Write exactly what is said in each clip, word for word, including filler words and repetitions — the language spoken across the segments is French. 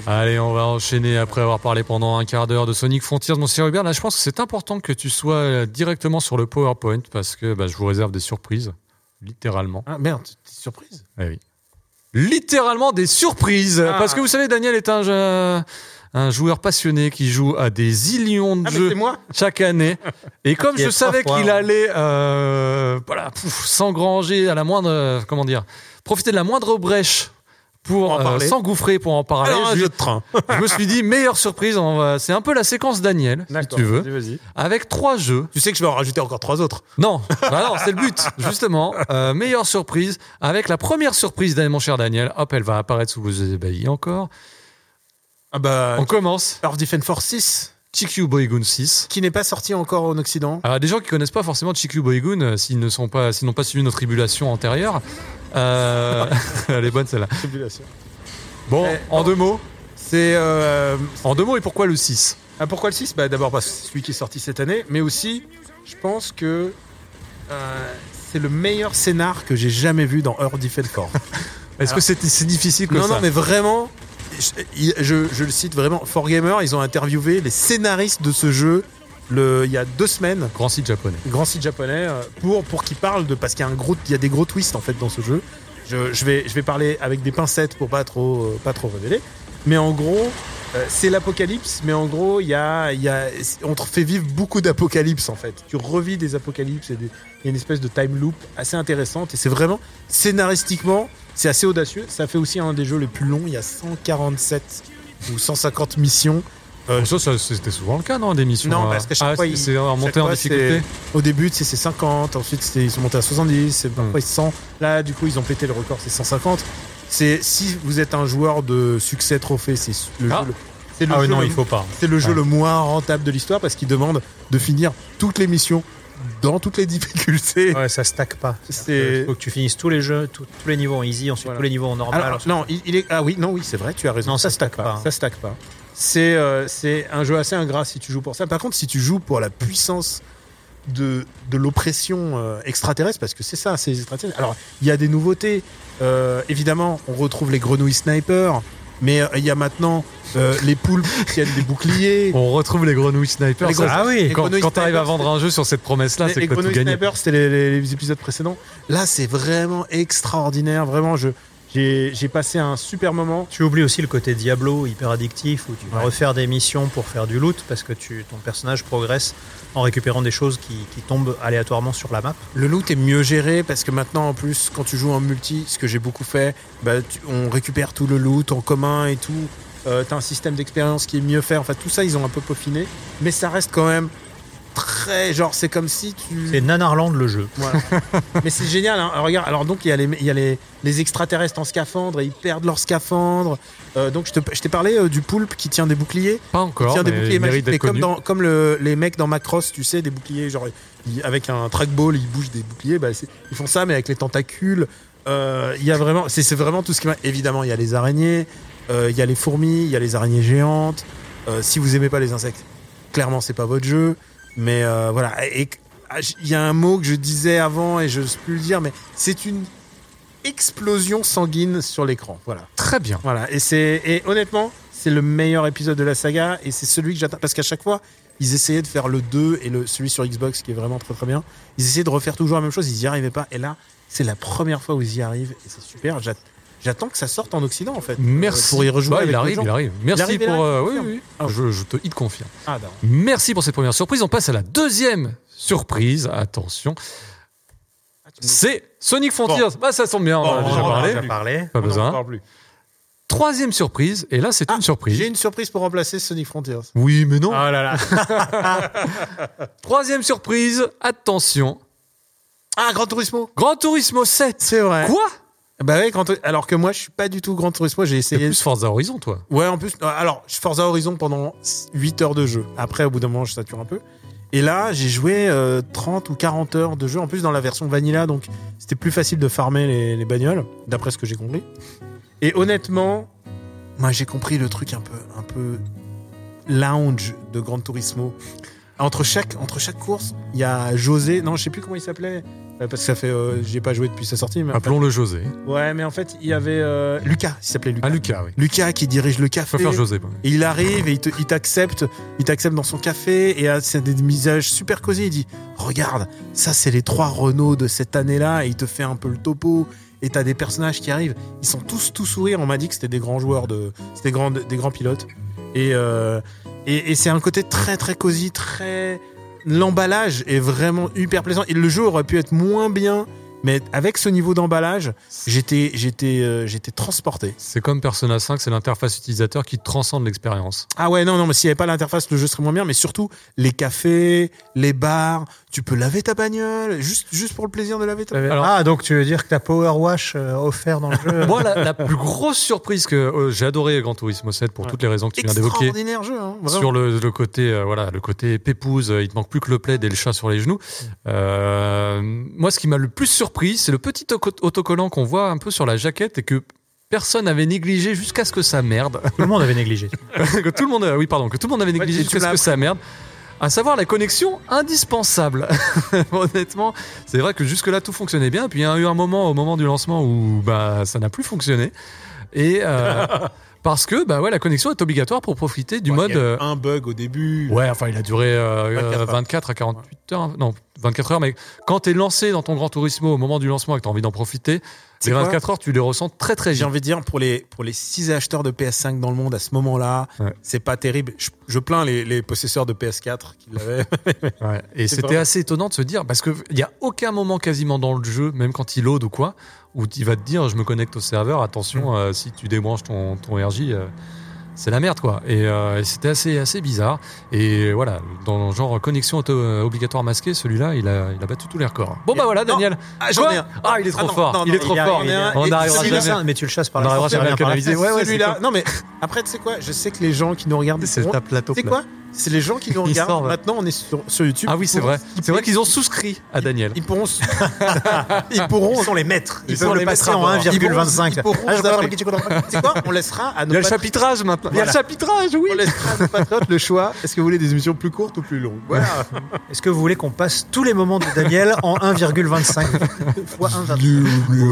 Allez, on va enchaîner après avoir parlé pendant un quart d'heure de Sonic Frontiers. Mon cher Hubert, là, je pense que c'est important que tu sois directement sur le PowerPoint parce que bah, je vous réserve des surprises, littéralement. Ah merde, t'es surprise. Eh oui. Littéralement des surprises. Ah. Parce que vous savez, Daniel est un, un joueur passionné qui joue à des zillions de ah, jeux mais c'est moi. chaque année. Et comme je savais fois, qu'il ouais. allait euh, voilà, pouf, s'engranger à la moindre, comment dire, profiter de la moindre brèche pour euh, s'engouffrer pour en parler. Alors, un je, jeu de train. je me suis dit, meilleure surprise, on va, c'est un peu la séquence Daniel, D'accord, si tu veux, vas-y, vas-y. avec trois jeux. Tu sais que je vais en rajouter encore trois autres. Non, bah non, c'est le but, justement. Euh, meilleure surprise, avec la première surprise, mon cher Daniel. Hop, elle va apparaître sous vos ébahis encore. Ah bah, on commence. Earth Defense Force six. Chikyuu Boygun six. Qui n'est pas sorti encore en Occident. Alors, des gens qui connaissent pas forcément Chikyuu Boygun, euh, s'ils ne sont pas, s'ils n'ont pas suivi nos tribulations antérieures, euh, elle est bonne celle-là. Tribulation. Bon, eh, en deux mots. C'est euh, en deux mots, et pourquoi le six? Ah, pourquoi le six? Bah, d'abord parce que c'est celui qui est sorti cette année, mais aussi, je pense que euh, c'est le meilleur scénar que j'ai jamais vu dans Earth Defense Force. Est-ce Alors, que c'est si difficile que non, ça? Non, non, mais vraiment, je, je, je le cite vraiment, four Gamer, ils ont interviewé les scénaristes de ce jeu le, il y a deux semaines. Grand site japonais. Grand site japonais, pour, pour qu'ils parlent de... Parce qu'il y a, un gros, il y a des gros twists, en fait, dans ce jeu. Je, je, vais, je vais parler avec des pincettes pour pas trop, euh, pas trop révéler. Mais en gros, euh, c'est l'apocalypse, mais en gros, y a, y a, on te fait vivre beaucoup d'apocalypses, en fait. Tu revis des apocalypses, et il y a une espèce de time loop assez intéressante. Et c'est vraiment, scénaristiquement, c'est assez audacieux. Ça fait aussi un des jeux les plus longs. Il y a cent quarante-sept ou cent cinquante missions. Euh, ça, ça, c'était souvent le cas, non, des missions? Non, parce qu'à chaque ah, fois, c'est, c'est remonté en difficulté. Au début, c'est cinquante, ensuite c'est, ils sont montés à soixante-dix, parfois mm. cent. Là, du coup, ils ont pété le record, c'est cent cinquante. C'est, si vous êtes un joueur de succès trophée, c'est le ah. jeu. Le, c'est le ah jeu oui, non, le, il faut pas. C'est le jeu ouais. le moins rentable de l'histoire parce qu'il demande de finir toutes les missions dans toutes les difficultés. Ouais, ça stack pas. C'est... Il faut que tu finisses tous les jeux, tous, tous les niveaux en easy, ensuite voilà. tous les niveaux en normal. Alors, non, il, il est ah oui, non, oui, c'est vrai, tu as raison. Non, ça, ça stack, stack pas. pas. Ça stack pas. C'est, euh, c'est un jeu assez ingrat si tu joues pour ça. Par contre, si tu joues pour la puissance de, de l'oppression euh, extraterrestre, parce que c'est ça, c'est extraterrestre. Alors, il y a des nouveautés. Euh, évidemment, on retrouve les grenouilles snipers, mais il euh, y a maintenant euh, les poulpes qui tiennent des boucliers. On retrouve les grenouilles snipers. Les grenouilles, ah oui, quand, quand tu arrives à snipers, vendre un jeu sur cette promesse-là, les, c'est les que tu as tout gagné. Les grenouilles snipers, c'était les, les, les épisodes précédents. Là, c'est vraiment extraordinaire. Vraiment, je... J'ai, j'ai passé un super moment. Tu oublies aussi le côté Diablo, hyper addictif, où tu vas ouais. refaire des missions pour faire du loot, parce que tu, ton personnage progresse en récupérant des choses qui, qui tombent aléatoirement sur la map. Le loot est mieux géré, parce que maintenant, en plus, quand tu joues en multi, ce que j'ai beaucoup fait, bah, tu, on récupère tout le loot en commun et tout. Euh, t'as un système d'expérience qui est mieux fait. Enfin, tout ça, ils ont un peu peaufiné. Mais ça reste quand même très... Genre, c'est comme si tu... C'est Nanarland, le jeu. Voilà. Mais c'est génial, hein. Alors, regarde, alors donc, il y a les... Il y a les les extraterrestres en scaphandre et ils perdent leur scaphandre. Euh, donc je, te, je t'ai parlé euh, du poulpe qui tient des boucliers. Pas encore. Qui tient des boucliers magiques, mais comme, connu. dans, comme le, les mecs dans Macross, tu sais, des boucliers, genre ils, avec un trackball, ils bougent des boucliers. Bah, c'est, ils font ça, mais avec les tentacules. Il euh, y a vraiment, c'est, c'est vraiment tout ce qui m'a. Évidemment, il y a les araignées, il euh, y a les fourmis, il y a les araignées géantes. Euh, si vous aimez pas les insectes, clairement, c'est pas votre jeu. Mais euh, voilà. Et il y a un mot que je disais avant et je ne sais plus le dire, mais c'est une explosion sanguine sur l'écran. Voilà. Très bien. Voilà. Et, c'est, et honnêtement, c'est le meilleur épisode de la saga et c'est celui que j'attends. Parce qu'à chaque fois, ils essayaient de faire le deux et le, celui sur Xbox qui est vraiment très très bien. Ils essayaient de refaire toujours la même chose, ils n'y arrivaient pas. Et là, c'est la première fois où ils y arrivent et c'est super. J'attends, j'attends que ça sorte en Occident en fait. Merci. Pour y rejouer. Bah, avec il arrive, les gens. il arrive. Merci il arrive, pour. il arrive, euh, il oui, oui. Ah, je, je te, il te confirme. Ah, d'accord. Merci pour cette première surprise. On passe à la deuxième surprise. Attention. C'est Sonic Frontiers. Bon. Bah, ça semble bien. Bon, on a déjà on parlé. déjà parlé. Pas besoin. On plus. Troisième surprise, et là c'est ah, une surprise. J'ai une surprise pour remplacer Sonic Frontiers. Oui, mais non. Oh là là. Troisième surprise, attention. Ah, Gran Turismo. Gran Turismo sept. C'est vrai. Quoi? Bah oui, quand, alors que moi je suis pas du tout Gran Turismo, j'ai essayé. C'est plus Forza Horizon, toi. Ouais, en plus. Alors, Forza Horizon pendant huit heures de jeu. Après, au bout d'un moment, je sature un peu. Et là, j'ai joué euh, trente ou quarante heures de jeu, en plus dans la version vanilla, donc c'était plus facile de farmer les, les bagnoles, d'après ce que j'ai compris. Et honnêtement, moi j'ai compris le truc un peu, un peu lounge de Gran Turismo. Entre chaque, entre chaque course, il y a José, non, je sais plus comment il s'appelait, parce que ça fait, euh, j'ai pas joué depuis sa sortie. Mais Appelons-le José. Ouais, mais en fait, il y avait euh, Lucas, il s'appelait Lucas. Ah, Lucas, oui. Lucas qui dirige le café. Je préfère José. Et il arrive et il, te, il t'accepte, il t'accepte dans son café et c'est des visages super cosy. Il dit, regarde, ça c'est les trois Renault de cette année-là. Et il te fait un peu le topo. Et t'as des personnages qui arrivent, ils sont tous tout sourires. On m'a dit que c'était des grands joueurs de, c'était des grands, des grands pilotes. Et, euh, et, et c'est un côté très très cosy, très. L'emballage est vraiment hyper plaisant. Et le jeu aurait pu être moins bien, mais avec ce niveau d'emballage, j'étais, j'étais, euh, j'étais transporté. C'est comme Persona cinq, c'est l'interface utilisateur qui transcende l'expérience. Ah ouais, non, non, mais s'il n'y avait pas l'interface, le jeu serait moins bien. Mais surtout, les cafés, les bars, tu peux laver ta bagnole, juste, juste pour le plaisir de laver ta bagnole. Alors, ah, donc tu veux dire que t'as Power Wash euh, offert dans le jeu? Moi, la, la plus grosse surprise que euh, j'ai adoré Gran Turismo sept pour ouais. toutes les raisons que tu viens d'évoquer. Extraordinaire jeu, hein, sur le, le côté, euh, voilà, le côté pépouze, euh, il te manque plus que le plaid et le chat sur les genoux. Euh, moi, ce qui m'a le plus surpris, c'est le petit autocollant qu'on voit un peu sur la jaquette et que personne n'avait négligé jusqu'à ce que ça merde. Tout le monde avait négligé. que tout le monde, oui, pardon, que tout le monde avait négligé ouais, jusqu'à ce que ça merde. À savoir la connexion indispensable. Honnêtement, c'est vrai que jusque-là tout fonctionnait bien. Et puis il y a eu un moment, au moment du lancement, où bah ça n'a plus fonctionné. Et euh, parce que bah ouais, la connexion est obligatoire pour profiter du ouais, mode. Il y a eu un bug au début. Ouais, enfin il a duré euh, vingt-quatre à quarante-huit heures. Non, vingt-quatre heures. Mais quand t'es lancé dans ton Gran Turismo au moment du lancement et que t'as envie d'en profiter. Les vingt-quatre heures, tu les ressens très très vite. J'ai envie de dire, pour les, pour les six acheteurs de P S cinq dans le monde à ce moment-là, ouais. c'est pas terrible. Je, je plains les, les possesseurs de P S quatre qui l'avaient. ouais. Et c'est c'était assez étonnant de se dire, parce qu'il n'y a aucun moment quasiment dans le jeu, même quand il load ou quoi, où il va te dire, je me connecte au serveur, attention, mmh. euh, si tu débranches ton, ton R J... Euh, c'est la merde quoi et, euh, et c'était assez assez bizarre et voilà dans le genre connexion auto, euh, obligatoire masquée celui-là il a il a battu tous les records. Bon bah voilà Daniel. Ah, j'en ai un. Ah il est trop ah, non, fort non, il non, est trop il fort. Il a, on n'arrivera jamais. Mais tu le chasses par la force. On n'arrivera jamais à canaliser. Ouais ouais celui-là. Non mais après tu sais quoi je sais que les gens qui nous regardent c'est ta plateau. C'est quoi c'est les gens qui nous regardent. Sort, maintenant on est sur, sur YouTube. Ah oui c'est vrai c'est vrai qu'ils ont souscrit à Daniel. Ils pourront ils pourront ils sont les maîtres. Ils peuvent le passer en un virgule vingt-cinq. C'est quoi on laissera à nos. Il y a le chapitrage maintenant. Il y a le chapitrage oui. On laissera à nos patriotes le choix. Est-ce que vous voulez des émissions plus courtes ou plus longues? Voilà. Est-ce que vous voulez qu'on passe tous les moments de Daniel en un virgule vingt-cinq fois un virgule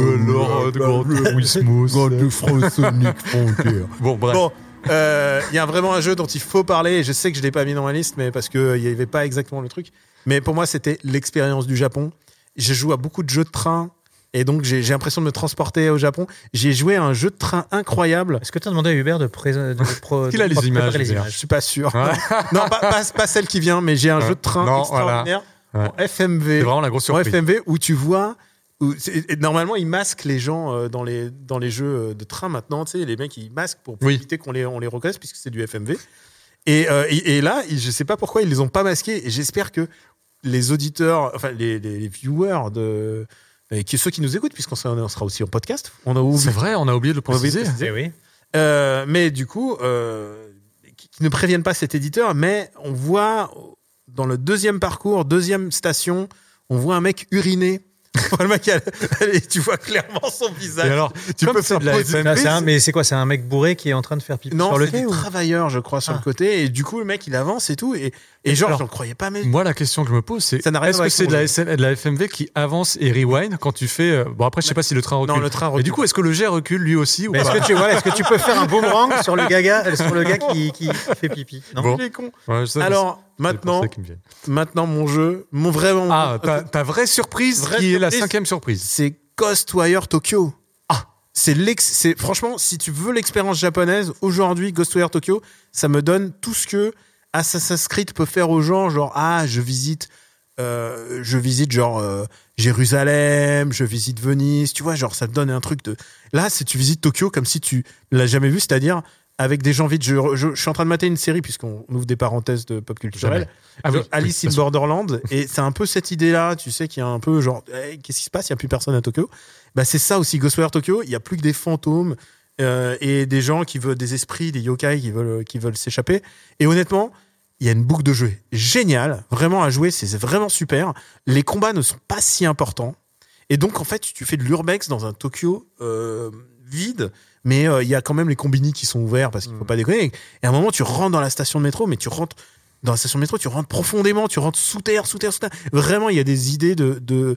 vingt-cinq? Bon bref. Bon. Il euh, y a vraiment un jeu dont il faut parler et je sais que je l'ai pas mis dans ma liste mais parce que il y avait pas exactement le truc mais pour moi c'était l'expérience du Japon. Je joue à beaucoup de jeux de train et donc j'ai, j'ai l'impression de me transporter au Japon. J'ai joué à un jeu de train incroyable. Est-ce que tu as demandé à Hubert de présenter Il a les images, les images. Je suis pas sûr. Ouais. non pas, pas, pas celle qui vient mais j'ai un ouais. jeu de train non, extraordinaire voilà. en F M V. C'est vraiment la grosse surprise. En F M V où tu vois Où, normalement, ils masquent les gens euh, dans, les, dans les jeux de train maintenant. Tu sais, les mecs, ils masquent pour, pour oui. éviter qu'on les, on les reconnaisse puisque c'est du F M V. Et, euh, et, et là, je sais pas pourquoi ils les ont pas masqués. Et j'espère que les auditeurs, enfin les, les, les viewers, de, qui, ceux qui nous écoutent, puisqu'on sera, on sera aussi en podcast. On a oublié, c'est vrai, on a oublié de le préciser. De préciser. Oui. Euh, mais du coup, euh, qui, qui ne préviennent pas cet éditeur, mais on voit dans le deuxième parcours, deuxième station, on voit un mec uriner. Le mec, elle, tu vois clairement son visage. Et alors, tu peux faire de la F M V. C'est un, mais c'est quoi? C'est un mec bourré qui est en train de faire pipi non, sur le quai? Non, c'est des ou... travailleurs, je crois, sur ah. le côté. Et du coup, le mec, il avance et tout. Et, et, et genre, alors, je ne croyais pas. Mais... Moi, la question que je me pose, c'est est-ce que c'est de la, S M, de la F M V qui avance et rewind quand tu fais. Bon, après, je ne sais pas si le train recule. Non, le train recule. Et du coup, est-ce que le jet recule lui aussi ou mais pas est-ce que, tu, voilà, est-ce que tu peux faire un boomerang sur le, gaga, sur le gars qui, qui fait pipi? Non, bon. Il est con. Ouais, sais, alors, maintenant, maintenant, mon jeu, mon vraiment. Ah, ta, ta vraie surprise vraie qui surprise, est la cinquième surprise. C'est Ghostwire Tokyo. Ah, c'est l'ex. C'est franchement, si tu veux l'expérience japonaise, aujourd'hui, Ghostwire Tokyo, ça me donne tout ce que Assassin's Creed peut faire aux gens. Genre, ah, je visite, euh, je visite genre euh, Jérusalem, je visite Venise. Tu vois, genre, ça te donne un truc de. Là, c'est tu visites Tokyo comme si tu l'as jamais vu, c'est-à-dire. Avec des gens vides, je, je, je suis en train de mater une série puisqu'on ouvre des parenthèses de pop culturelle. Ah oui, Alice oui, in Borderland, et c'est un peu cette idée-là, tu sais, qu'il y a un peu genre, hey, qu'est-ce qui se passe? Il n'y a plus personne à Tokyo. Bah c'est ça aussi, Ghostwire Tokyo. Il y a plus que des fantômes euh, et des gens qui veulent, des esprits, des yokai qui veulent, qui veulent s'échapper. Et honnêtement, il y a une boucle de jeu géniale, vraiment à jouer, c'est vraiment super. Les combats ne sont pas si importants, et donc en fait, tu fais de l'urbex dans un Tokyo euh, vide. Mais il euh, y a quand même les combini qui sont ouverts parce qu'il ne faut pas déconner. Et à un moment, tu rentres dans la station de métro, mais tu rentres dans la station de métro, tu rentres profondément, tu rentres sous terre, sous terre, sous terre. Vraiment, il y a des idées de, de,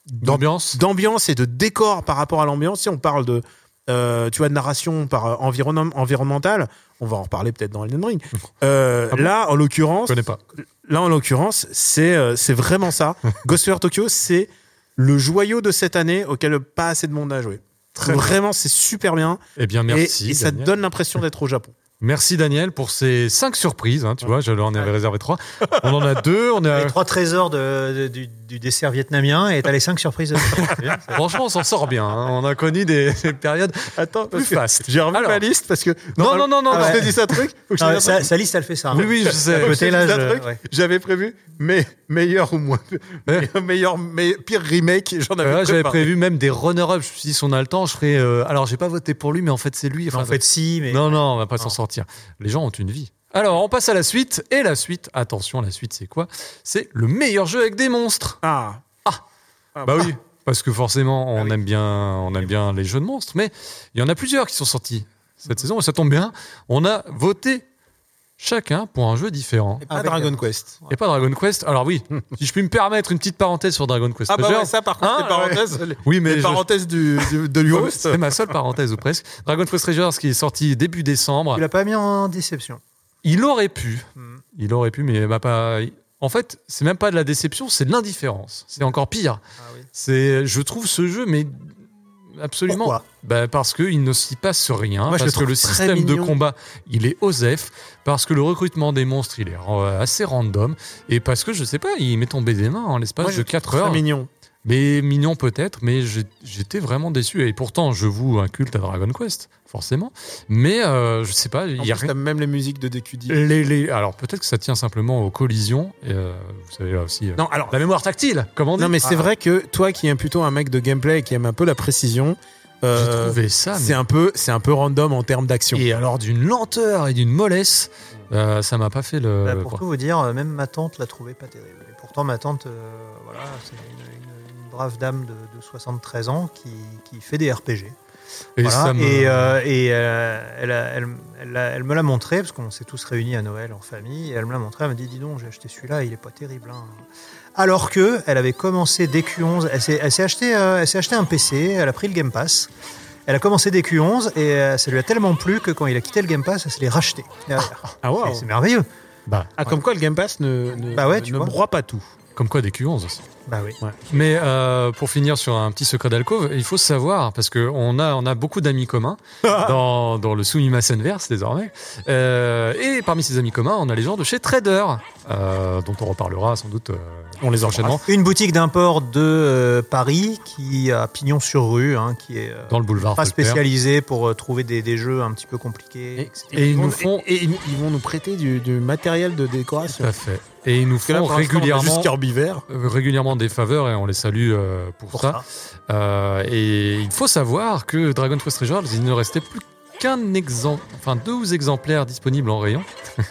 D'ambiance. d'ambiance et de décor par rapport à l'ambiance. Si on parle de, euh, tu vois, de narration par euh, environnement, environnementale, on va en reparler peut-être dans Elden Ring. Euh, Ah bon là, en l'occurrence, Je connais pas. là, en l'occurrence, c'est, euh, c'est vraiment ça. Ghostwire Tokyo, c'est le joyau de cette année auquel pas assez de monde a joué. Très Vraiment, c'est super bien. Eh bien, merci. et, et ça te Daniel. donne l'impression d'être au Japon. Merci Daniel pour ces cinq surprises. Hein, tu vois, je leur en avais réservé trois. On en a deux. On a... Les trois trésors de, de- du, du dessert vietnamien et t'as les cinq surprises. de- C'est bien, ça. Franchement, on s'en sort bien. Hein. On a connu des, des périodes Attends, plus parce que fastes. j'ai revu Alors. ma liste parce que. Non, non, non, non. Ah, non. je te dis ça truc. Faut que je te Ah, dise un sa, truc. sa liste, elle fait ça. hein. Oui, oui, je sais. À Faut que côté, je te là, dise un je- truc. ouais. J'avais prévu, mais meilleur ou moins. Ouais. meilleur, mais pire remake, j'en avais Euh, là, j'avais préparé. prévu même des runner-up. Je me suis dit, si on a le temps, je ferai. euh, Alors, j'ai pas voté pour lui, mais en fait, c'est lui. Enfin, En fait, si, mais. Non, non, on va pas Non. s'en sortir. Les gens ont une vie. Alors, on passe à la suite. Et la suite, attention, la suite, c'est quoi? C'est le meilleur jeu avec des monstres. Ah. Ah, Bah oui, parce que forcément, on Ah oui. aime bien, on aime bien les jeux de monstres. Mais il y en a plusieurs qui sont sortis cette saison et ça tombe bien. On a voté chacun pour un jeu différent. Et pas Avec Dragon la- Quest. Et pas Dragon Quest. Alors oui, si je puis me permettre une petite parenthèse sur Dragon Quest Ah bah Treasures. ouais, ça par contre, Hein, les parenthèses, les, Oui, mais les je- parenthèses du, du- de l'host. c'est ma seule parenthèse ou presque. Dragon Quest Treasures qui est sorti début décembre. Tu l'as pas mis en déception. Il aurait pu, Hmm. il aurait pu, mais bah pas. En fait, c'est même pas de la déception, c'est de l'indifférence. C'est encore pire. Ah oui. C'est, je trouve ce jeu, mais absolument. Pourquoi Bah, parce qu'il ne s'y passe rien, Moi, je parce le que trouve le très système de mignon. combat, il est osef, parce que le recrutement des monstres, il est euh, assez random, et parce que, je sais pas, il m'est tombé des mains en l'espace Moi, je de le trouve quatre très heures. mignon. Mais mignon peut-être, mais j'ai- j'étais vraiment déçu. Et pourtant, je voue un culte à Dragon Quest, forcément. Mais euh, je sais pas, il En y a plus, rien. t'as même les musiques de D Q D. Les, les- Alors peut-être que ça tient simplement aux collisions. Et, euh, vous savez là aussi. euh, Non, alors. La mémoire tactile, comme on dit. Non, mais c'est Ah. vrai que toi qui es plutôt un mec de gameplay et qui aime un peu la précision, euh, J'ai trouvé ça. c'est mais- un peu, c'est un peu random en termes d'action. Et alors d'une lenteur et d'une mollesse, euh, ça m'a pas fait le. Bah, pour tout vous dire, euh, même ma tante l'a trouvé pas terrible. Et pourtant, ma tante, euh, voilà, c'est une, une- une brave dame de, de soixante-treize ans qui, qui fait des R P G. Et Voilà. ça me- Et, euh, et, euh, elle, a- elle, elle, a- elle me l'a montré, parce qu'on s'est tous réunis à Noël en famille, et elle me l'a montré, elle m'a dit, dis donc, j'ai acheté celui-là, il est pas terrible. hein. Alors que elle avait commencé D Q onze, elle s'est, elle s'est acheté, euh, elle s'est acheté un P C, elle a pris le Game Pass, elle a commencé D Q onze, et euh, ça lui a tellement plu que quand il a quitté le Game Pass, elle se l'est racheté derrière. Ah wow. Et c'est merveilleux. Bah, Ah, comme quoi le Game Pass ne, ne, Bah ouais, tu ne vois. broie pas tout. comme quoi des Q onze aussi. Bah oui. Mais euh, pour finir sur un petit secret d'alcôve, il faut savoir, parce qu'on a, on a beaucoup d'amis communs dans, dans le Sumimasenverse désormais. Euh, et parmi ces amis communs, on a les gens de chez Trader, euh, dont on reparlera sans doute euh, On les prochainement, Une boutique d'import de euh, Paris qui a pignon sur rue, hein, qui est euh, dans le boulevard. pas Voltaire. spécialisée pour euh, trouver des, des jeux un petit peu compliqués. et cetera. Et ils vont- nous font- et, et ils ils vont nous prêter du, du matériel de décoration. Tout à fait. Et ils nous Parce que là, font pour l'instant, on a régulièrement, juste Kirby vert. euh, régulièrement des faveurs et on les salue euh, pour, Pour ça. ça. Euh, et il faut savoir que Dragon Quest Treasures, il ne restait plus qu'un exemple, enfin deux exemplaires disponibles en rayon.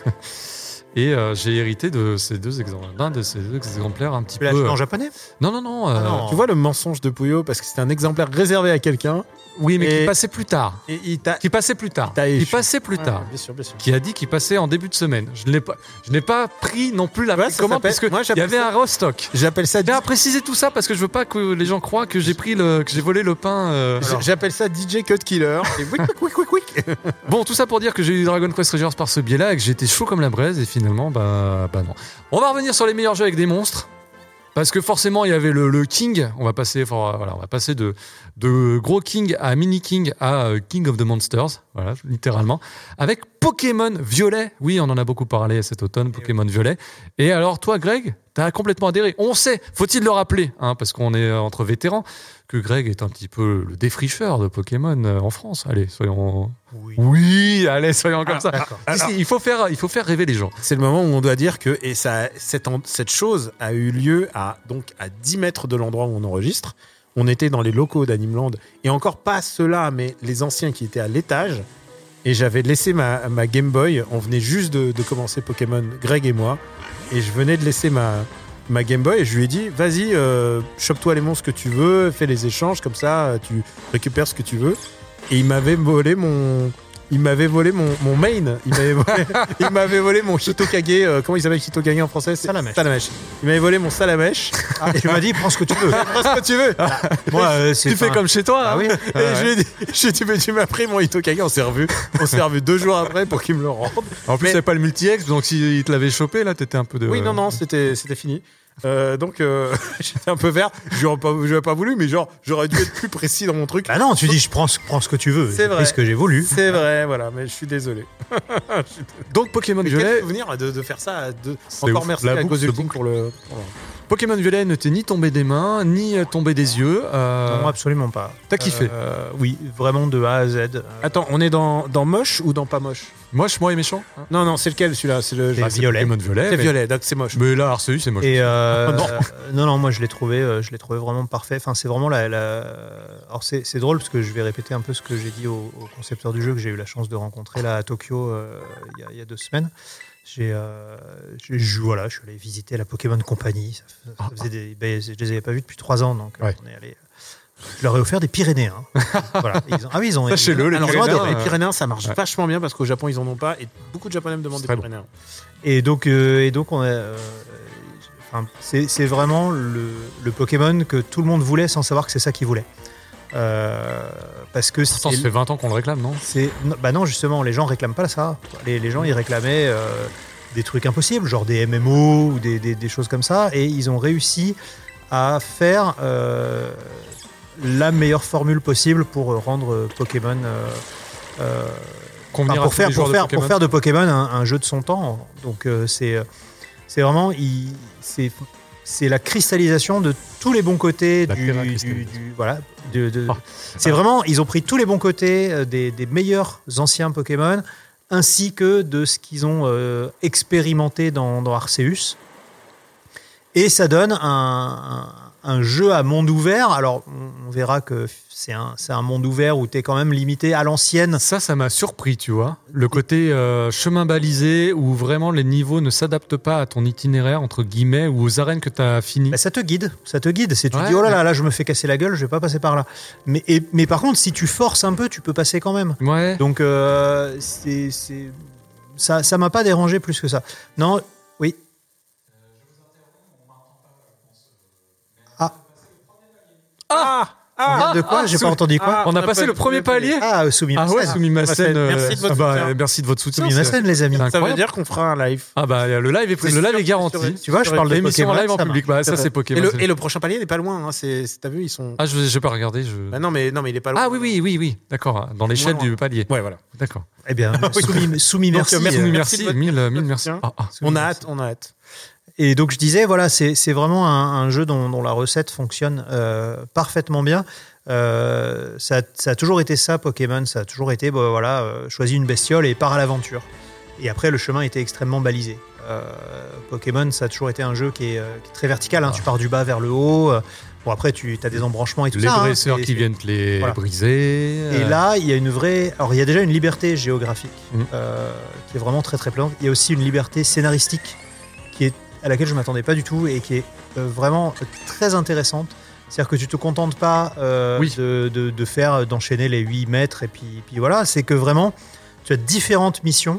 Et euh, j'ai hérité de ces deux exemplaires, d'un de ces deux exemplaires un petit Tu l'as peu. acheté en japonais Non, non, non. Ah euh, non. Tu vois le mensonge de Puyo parce que c'était un exemplaire réservé à quelqu'un Oui, mais Et- qui passait plus tard. et il t'a. Qui passait plus tard. T'as Qui échoué. passait plus Ouais, tard. bien sûr, bien sûr. Qui a dit qu'il passait en début de semaine. Je ne l'ai pas, je n'ai pas pris non plus la Ouais, ça commande s'appelle- parce que moi, il y j'appelle avait ça- un restock. J'appelle ça. Je tiens à préciser tout ça parce que je veux pas que les gens croient que j'ai pris le, que j'ai volé le pain. euh. J'- J'appelle ça D J Cut Killer. Et wick, wick, wick, wick, wick. Bon, tout ça pour dire que j'ai eu Dragon Quest Treasures par ce biais-là et que j'étais chaud comme la braise et finalement, bah, bah non. On va revenir sur les meilleurs jeux avec des monstres. Parce que forcément, il y avait le, le King. On va passer, enfin, voilà, on va passer de, de gros King à mini King à euh, King of the Monsters. Voilà, littéralement. Avec Pokémon Violet. Oui, on en a beaucoup parlé cet automne, Pokémon Violet. Et alors, toi, Greg, t'as complètement adhéré. On sait, faut-il le rappeler, hein, parce qu'on est entre vétérans, que Greg est un petit peu le défricheur de Pokémon euh, en France. Allez, soyons. Oui. Oui, allez, soyons comme ça. D'accord. Si, si, il faut faire, il faut faire rêver les gens. C'est le moment où on doit dire que et ça, cette, en- cette chose a eu lieu à donc à dix mètres de l'endroit où on enregistre. On était dans les locaux d'Animeland et encore pas ceux-là, mais les anciens qui étaient à l'étage. Et j'avais laissé ma, ma Game Boy. On venait juste de, de commencer Pokémon, Greg et moi, et je venais de laisser ma ma Game Boy et je lui ai dit vas-y, euh, chope-toi les monstres que tu veux, fais les échanges comme ça, tu récupères ce que tu veux. Et il m'avait volé mon il m'avait volé mon, mon main. Il m'avait volé, il m'avait volé mon Hitokage. Euh, comment il s'appelle Hitokage en français? C'est Salamèche. Salamèche. Il m'avait volé mon Salamèche. Ah, tu m'as dit, prends ce que tu veux. Prends ce que tu veux. Ah, moi, euh, c'est Tu fais un- comme chez toi. Ah hein. oui. Et je lui ai dit, je lui ai dit, mais tu m'as pris mon Hitokage. On s'est revu. On s'est revu deux jours après pour qu'il me le rende. En plus, Mais- c'est pas le multi-ex, donc s'il te l'avait chopé, là, t'étais un peu de. Oui, non, non, c'était, c'était fini. Euh, donc, euh, j'étais un peu vert. J'aurais pas, j'aurais pas voulu, mais genre, j'aurais dû être plus précis dans mon truc. Bah non, tu dis, je prends, ce- prends ce que tu veux. C'est J'ai vrai. pris ce que j'ai voulu. C'est vrai, voilà, mais je suis désolé. Donc Pokémon Mais quel Violet, souvenir de, de faire ça. à deux. C'est Encore ouf. merci La à boucle Cause se Ultime boucle. pour le. pour le- Pokémon Violet ne t'est ni tombé des mains, ni euh, tombé des yeux. euh, Non, absolument pas. T'as kiffé. Euh, Oui, vraiment de A à Z. Euh, Attends, on est dans, dans moche ou dans pas moche? Moche, moi et méchant. Non, non, c'est lequel celui-là? C'est le. C'est Ah, violet. Pokémon Violet. C'est mais- violet, donc c'est moche. Mais là, Arceus, c'est moche. Et euh, Non. euh, non, non, moi je l'ai trouvé, euh, je l'ai trouvé vraiment parfait. Enfin, c'est vraiment la. la- Alors c'est, c'est drôle parce que je vais répéter un peu ce que j'ai dit au, au concepteur du jeu que j'ai eu la chance de rencontrer là à Tokyo euh, il y a- il y, a deux semaines. J'ai, euh, j'ai- je, voilà, je suis allé visiter la Pokémon Company. Ça, f- ça faisait des, ben, je les avais pas vus depuis trois ans, donc euh, Ouais. on est allé. Je leur ai offert des Pyrénéens. Voilà. Et ils ont- ah oui, ils ont. Sachez-le, les Alors, ils ont Pyrénéens, adoré. les Pyrénéens, ça marche Ouais. vachement bien parce qu'au Japon, ils en ont pas et beaucoup de Japonais me demandent C'est des très bon. Pyrénéens. Et donc, euh, et donc on a, euh, enfin, c'est, c'est vraiment le, le Pokémon que tout le monde voulait sans savoir que c'est ça qu'il voulait. Euh, parce que Pourtant, c'est, ça fait vingt ans qu'on le réclame, non c'est- non, bah non, justement, les gens réclament pas ça. Les, les gens, ils réclamaient euh, des trucs impossibles, genre des M M O ou des, des- des choses comme ça, et ils ont réussi à faire euh, la meilleure formule possible pour rendre Pokémon euh, euh, Convenir Enfin, à pour, tous faire, les pour, joueurs de faire, Pokémon. pour faire de Pokémon un, un jeu de son temps. Donc euh, c'est c'est vraiment il, c'est, c'est la cristallisation de tous les bons côtés La du, terra du, cristallisation. du- voilà. de- de- Ah. c'est vraiment ils ont pris tous les bons côtés euh, des, des meilleurs anciens Pokémon ainsi que de ce qu'ils ont euh, expérimenté dans, dans Arceus. Et ça donne un, un- un jeu à monde ouvert. Alors, on, on verra que c'est un, c'est un monde ouvert où tu es quand même limité à l'ancienne. Ça, ça m'a surpris, tu vois. Le côté euh, chemin balisé où vraiment les niveaux ne s'adaptent pas à ton itinéraire, entre guillemets, ou aux arènes que tu as finies. Bah, ça te guide, ça te guide. Si tu Ouais, dis, oh là mais- là, là, je me fais casser la gueule, je vais pas passer par là. Mais, et- mais par contre, si tu forces un peu, tu peux passer quand même. Ouais. Donc, euh, c'est, c'est- ça ça m'a pas dérangé plus que ça. Non, oui. Ah Ah De quoi ah, J'ai sous- pas entendu quoi. On a on passé appelle le premier le premier. palier. Ah, Soumis Ah ouais, Massen. Soumimasen. euh, Merci de votre ah bah, soutien. merci de votre soutien. Soumis c'est- Massen, les amis. c'est Ça veut incroyable. dire qu'on fera un live. Ah bah le live est, C'est le live sûr, est garanti. c'est sûr. Tu vois, je parle de L'émission en Pokémon, live en ça public. marche. Bah, ça c'est Et Pokémon. le, c'est- et le prochain palier n'est pas loin. Hein. C'est, c'est- t'as vu, ils sont. Ah, je j'ai pas regardé. Je... Bah non, mais non, mais il est pas loin. Ah oui, oui, oui, oui. D'accord. Dans l'échelle Loin. du palier. Ouais, voilà. D'accord. Eh bien, Soumis, Soumis, Donc, merci. euh, merci, euh, Merci, merci de votre- mille, mille votre merci. soutien. Ah, ah. On a hâte, on a hâte. Et donc je disais, voilà, c'est c'est vraiment un, un jeu dont, dont la recette fonctionne euh, parfaitement bien. Euh, ça, ça a toujours été ça, Pokémon. Ça a toujours été, bah, voilà, euh, choisis une bestiole et pars à l'aventure. Et après, le chemin était extrêmement balisé. Euh, Pokémon, ça a toujours été un jeu qui est, euh, qui est très vertical. Hein. Ah. Tu pars du bas vers le haut. Euh, Bon, après, tu as des embranchements et tout Les ça. hein. dresseurs C'est- qui c'est- viennent te les Voilà. briser. Et euh, là, il y a une vraie. Alors, il y a déjà une liberté géographique Mhm. euh, qui est vraiment très très plaisante. Il y a aussi une liberté scénaristique qui est à laquelle je m'attendais pas du tout et qui est euh, vraiment très intéressante. C'est-à-dire que tu te contentes pas euh, Oui. de, de- de faire d'enchaîner les huit mètres et puis, puis voilà. C'est que vraiment, tu as différentes missions.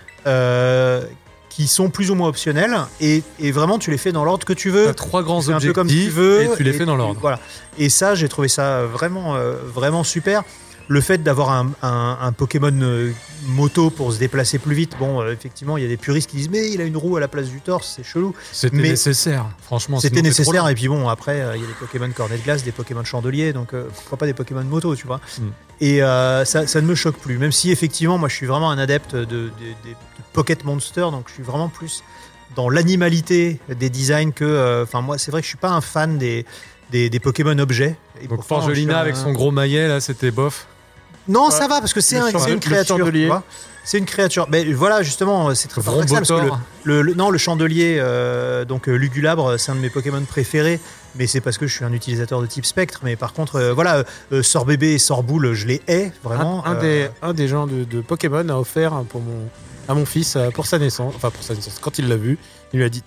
Euh, qui sont plus ou moins optionnelles et, et vraiment tu les fais dans l'ordre que tu veux. T'as trois grands Tu fais un peu objectifs comme tu veux et tu les fais dans l'ordre. Voilà. Et ça, j'ai trouvé ça vraiment, euh, vraiment super. Le fait d'avoir un, un- un Pokémon euh, moto pour se déplacer plus vite, bon, euh, effectivement, il y a des puristes qui disent mais il a une roue à la place du torse, c'est chelou. C'était Mais- nécessaire, franchement. C'était sinon, c'est trop nécessaire. long. Et puis bon, après, euh, il y a des Pokémon cornet de glace, des Pokémon chandelier, donc euh, pourquoi pas des Pokémon moto, tu vois. Mm. Et euh, ça, ça ne me choque plus, même si effectivement, moi, je suis vraiment un adepte de, de- de- de Pocket Monster, donc je suis vraiment plus dans l'animalité des designs que. Enfin, moi, c'est vrai que je suis pas un fan des, des, des Pokémon objets. Et Donc pourtant, je Forgelina suis un- avec son gros maillet, là, c'était bof. Non, Ouais. ça va parce que c'est Le un- chandelier- c'est une le créature. chandelier. tu vois. C'est une créature. Mais voilà, justement, c'est très paradoxal parce que le, Vrombotor. le- le- non, le chandelier, euh, donc euh, Lugulabre, c'est un de mes Pokémon préférés, mais c'est parce que je suis un utilisateur de type spectre. Mais par contre, euh, voilà, euh, Sorbébé et Sorboule, je les hais vraiment. Un, un Euh, des, un des gens de, de Pokémon a offert pour mon, à mon fils euh, pour sa naissance, enfin pour sa naissance, quand il l'a vu, il lui a dit tiens,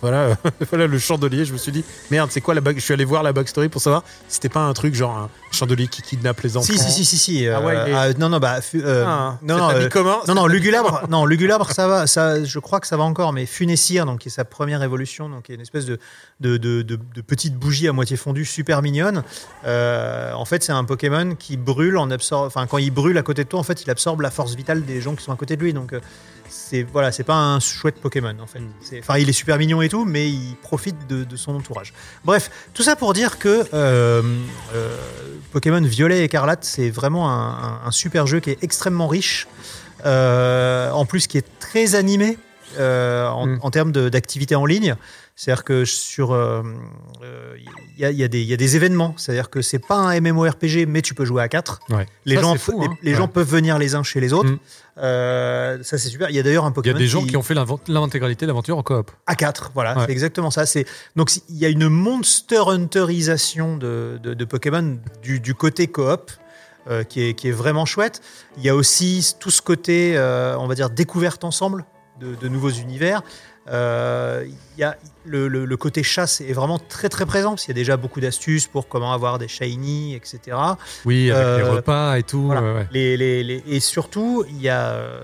Voilà, voilà le chandelier. Je me suis dit, merde, c'est quoi la back... Je suis allé voir la backstory pour savoir si c'était pas un truc genre un chandelier qui kidnappe les enfants. Si, si, si, si. si Ah ouais, euh, il est- ah, non, non, bah. fu- euh, Ah, non, c'est non, ta vie euh, commun, non, c'est non, ta vie Lugulabre, non, Lugulabre, ça va, ça, je crois que ça va encore, mais Funessir, donc qui est sa première évolution, donc qui est une espèce de, de, de, de, de petite bougie à moitié fondue, super mignonne. Euh, en fait, c'est un Pokémon qui brûle en absorbe, enfin, quand il brûle à côté de toi, en fait, il absorbe la force vitale des gens qui sont à côté de lui, donc. Euh, c'est voilà, c'est pas un chouette Pokémon en fait. C'est, enfin, il est super mignon et tout, mais il profite de, de son entourage. Bref, tout ça pour dire que euh, euh, Pokémon Violet et Écarlate, c'est vraiment un, un, un super jeu qui est extrêmement riche, euh, en plus qui est très animé euh, en, Mm. en termes de, d'activité en ligne. C'est-à-dire que sur, il euh, euh, y, a, y, a des, y a des événements. C'est-à-dire que c'est pas un MMORPG, mais tu peux jouer à quatre. Ouais. Les, Ça, gens, c'est fou, les, hein. les Ouais. gens peuvent venir les uns chez les autres. Mm. Euh, ça, c'est super. Il y a d'ailleurs un Il y Pokémon a des gens qui ont fait l'invent- l'intégralité de l'aventure en coop. à quatre. Voilà, Ouais. c'est exactement ça. C'est... Donc, si- il y a une monster hunterisation de, de, de Pokémon du, du côté coop. Euh, qui, est, qui est vraiment chouette. Il y a aussi tout ce côté, euh, on va dire, découverte ensemble de, de nouveaux univers. Euh, il y a le, le, le côté chasse est vraiment très très présent parce qu'il y a déjà beaucoup d'astuces pour comment avoir des shiny, et cetera. Oui, avec Euh, les repas et tout. Voilà. ouais, ouais. Les, les, les- et surtout, il y a euh,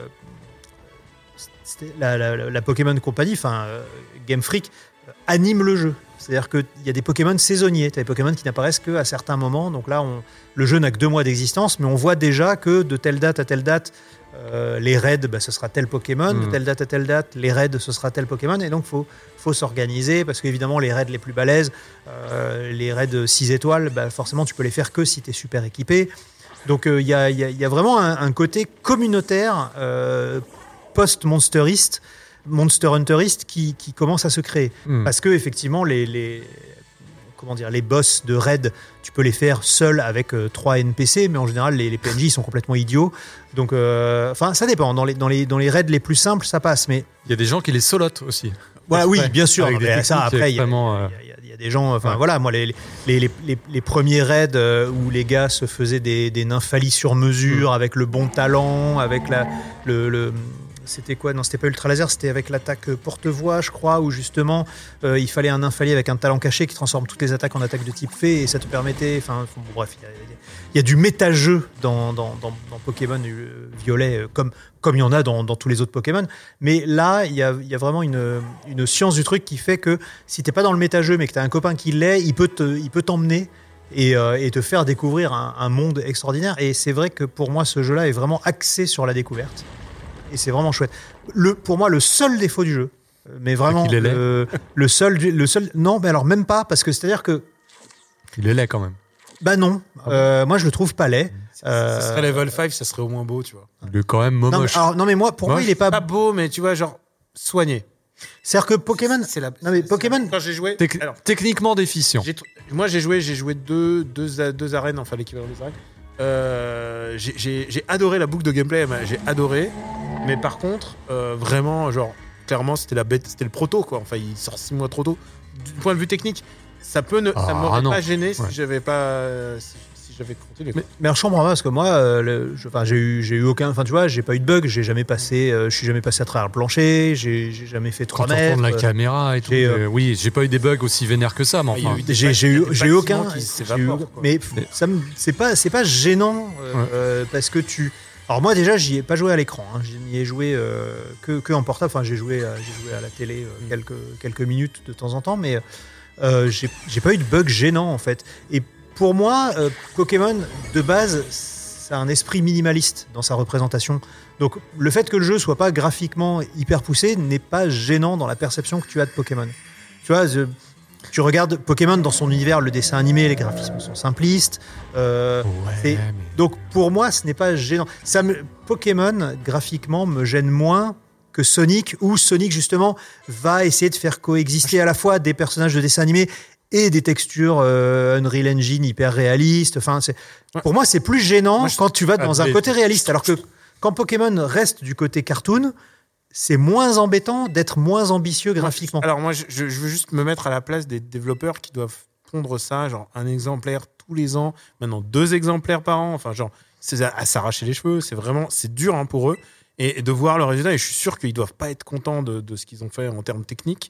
c'était la, la, la Pokémon Company, enfin euh, Game Freak, euh, anime le jeu. C'est-à-dire qu'il y a des Pokémon saisonniers, tu as des Pokémon qui n'apparaissent qu'à certains moments. Donc là, on, le jeu n'a que deux mois d'existence, mais on voit déjà que de telle date à telle date, euh, les raids, bah, ce sera tel Pokémon, Mm. de telle date à telle date, les raids, ce sera tel Pokémon. Et donc, il faut, faut s'organiser, parce qu'évidemment, les raids les plus balèzes, euh, les raids six étoiles, bah, forcément, tu peux les faire que si tu es super équipé. Donc, il euh, y, a, y, a, y a vraiment un, un côté communautaire, euh, post-monsteriste, Monster Hunteriste qui, qui commence à se créer. Mm. Parce que, effectivement, les, les, comment dire, les boss de raid, tu peux les faire seuls avec euh, trois N P C, mais en général, les, les P N J sont complètement idiots. Donc, euh, enfin, ça dépend. Dans les, dans, les, dans les raids les plus simples, ça passe. Mais Il y a des gens qui les solotent aussi. voilà, oui, Exprès, bien sûr. avec des Mais ça, techniques après, il y, a- extrêmement, euh, il y a- il y a des gens. Enfin, ouais. voilà, moi, les, les, les, les, les premiers raids euh, où les gars se faisaient des, des nymphalis sur mesure, Mm. avec le bon talent, avec la, le. le c'était quoi? Non, c'était pas Ultra Laser, c'était avec l'attaque porte-voix, je crois, où justement euh, il fallait un nymphalie avec un talent caché qui transforme toutes les attaques en attaques de type fée et ça te permettait. Enfin, bon, bref, il y a, il y a du méta-jeu dans, dans, dans, dans Pokémon euh, Violet, euh, comme comme il y en a dans, dans tous les autres Pokémon. Mais là, il y a, il y a vraiment une, une science du truc qui fait que si t'es pas dans le méta-jeu, mais que t'as un copain qui l'est, il peut te, il peut t'emmener. Et, euh, et te faire découvrir un, un monde extraordinaire. Et c'est vrai que pour moi, ce jeu-là est vraiment axé sur la découverte. Et c'est vraiment chouette. Le, pour moi, le seul défaut du jeu, mais vraiment qu'il est laid. le, le seul, du- le seul, non, mais alors même pas, parce que c'est-à-dire que, Il est laid quand même. bah non, euh, moi je le trouve pas laid. Euh, Ça serait level cinq, ça serait au moins beau, tu vois. Il est quand même non, mais, moche. alors, non, mais moi, pour moi, Moche. il est pas. Pas beau, mais tu vois, genre soigné. C'est-à-dire que Pokémon. C'est la. Non, mais c'est- Pokémon- Quand j'ai joué. Tec- alors, Techniquement déficient. j'ai tr- moi, j'ai joué, j'ai joué deux, deux, a- deux arènes, enfin l'équivalent des arènes. Euh, j'ai- j'ai j'ai adoré la boucle de gameplay, elle m'a- j'ai adoré. Mais par contre, euh, vraiment, genre, clairement, c'était la bête, c'était le proto, quoi. Enfin, il sort six mois trop tôt. Du point de vue technique, ça peut ne, ça Ah, m'aurait non. pas gêné si Ouais. j'avais pas, euh, si, si j'avais continué. Mais, mais alors, je comprends pas parce que moi, euh, le- je- enfin, j'ai eu, j'ai eu aucun, enfin, tu vois, j'ai pas eu de bug, j'ai jamais passé, euh, je suis jamais passé à travers le plancher, j'ai, j'ai jamais fait trois Quand on mètres. tourne la euh, caméra et tout. j'ai, euh, euh, oui, j'ai pas eu des bugs aussi vénères que ça, mais Il y a enfin. eu des J'ai, ba- j'ai il y a eu, des j'ai eu bâtiments aucun, qui j'ai s'évaporent, eu- quoi. mais ça me- c'est pas, c'est pas gênant euh, Ouais. euh, parce que tu. Alors moi déjà, j'y ai pas joué à l'écran, hein, j'y n'y ai joué euh, que, que en portable. Enfin, j'ai joué, à, j'ai joué à la télé euh, quelques quelques minutes de temps en temps, mais euh, j'ai, j'ai pas eu de bug gênant en fait. Et pour moi, euh, Pokémon de base, c'est un esprit minimaliste dans sa représentation. Donc le fait que le jeu soit pas graphiquement hyper poussé n'est pas gênant dans la perception que tu as de Pokémon. Tu vois, je- tu regardes Pokémon dans son univers, le dessin animé, les graphismes sont simplistes. euh, Ouais, c'est- mais- donc pour moi, ce n'est pas gênant. Ça me, Pokémon, graphiquement, me gêne moins que Sonic, où Sonic, justement, va essayer de faire coexister à la fois des personnages de dessin animé et des textures euh, Unreal Engine hyper réalistes. Enfin, c'est, Ouais. pour moi, c'est plus gênant Moi, je- quand tu vas dans Ah, un mais- côté réaliste. Alors que quand Pokémon reste du côté cartoon, c'est moins embêtant d'être moins ambitieux graphiquement. Alors moi, je, je veux juste me mettre à la place des développeurs qui doivent pondre ça, genre un exemplaire tous les ans, maintenant deux exemplaires par an, enfin genre c'est à, à s'arracher les cheveux, c'est vraiment, c'est dur hein, pour eux, et, et de voir le résultat, et je suis sûr qu'ils doivent pas être contents de, de ce qu'ils ont fait en termes techniques,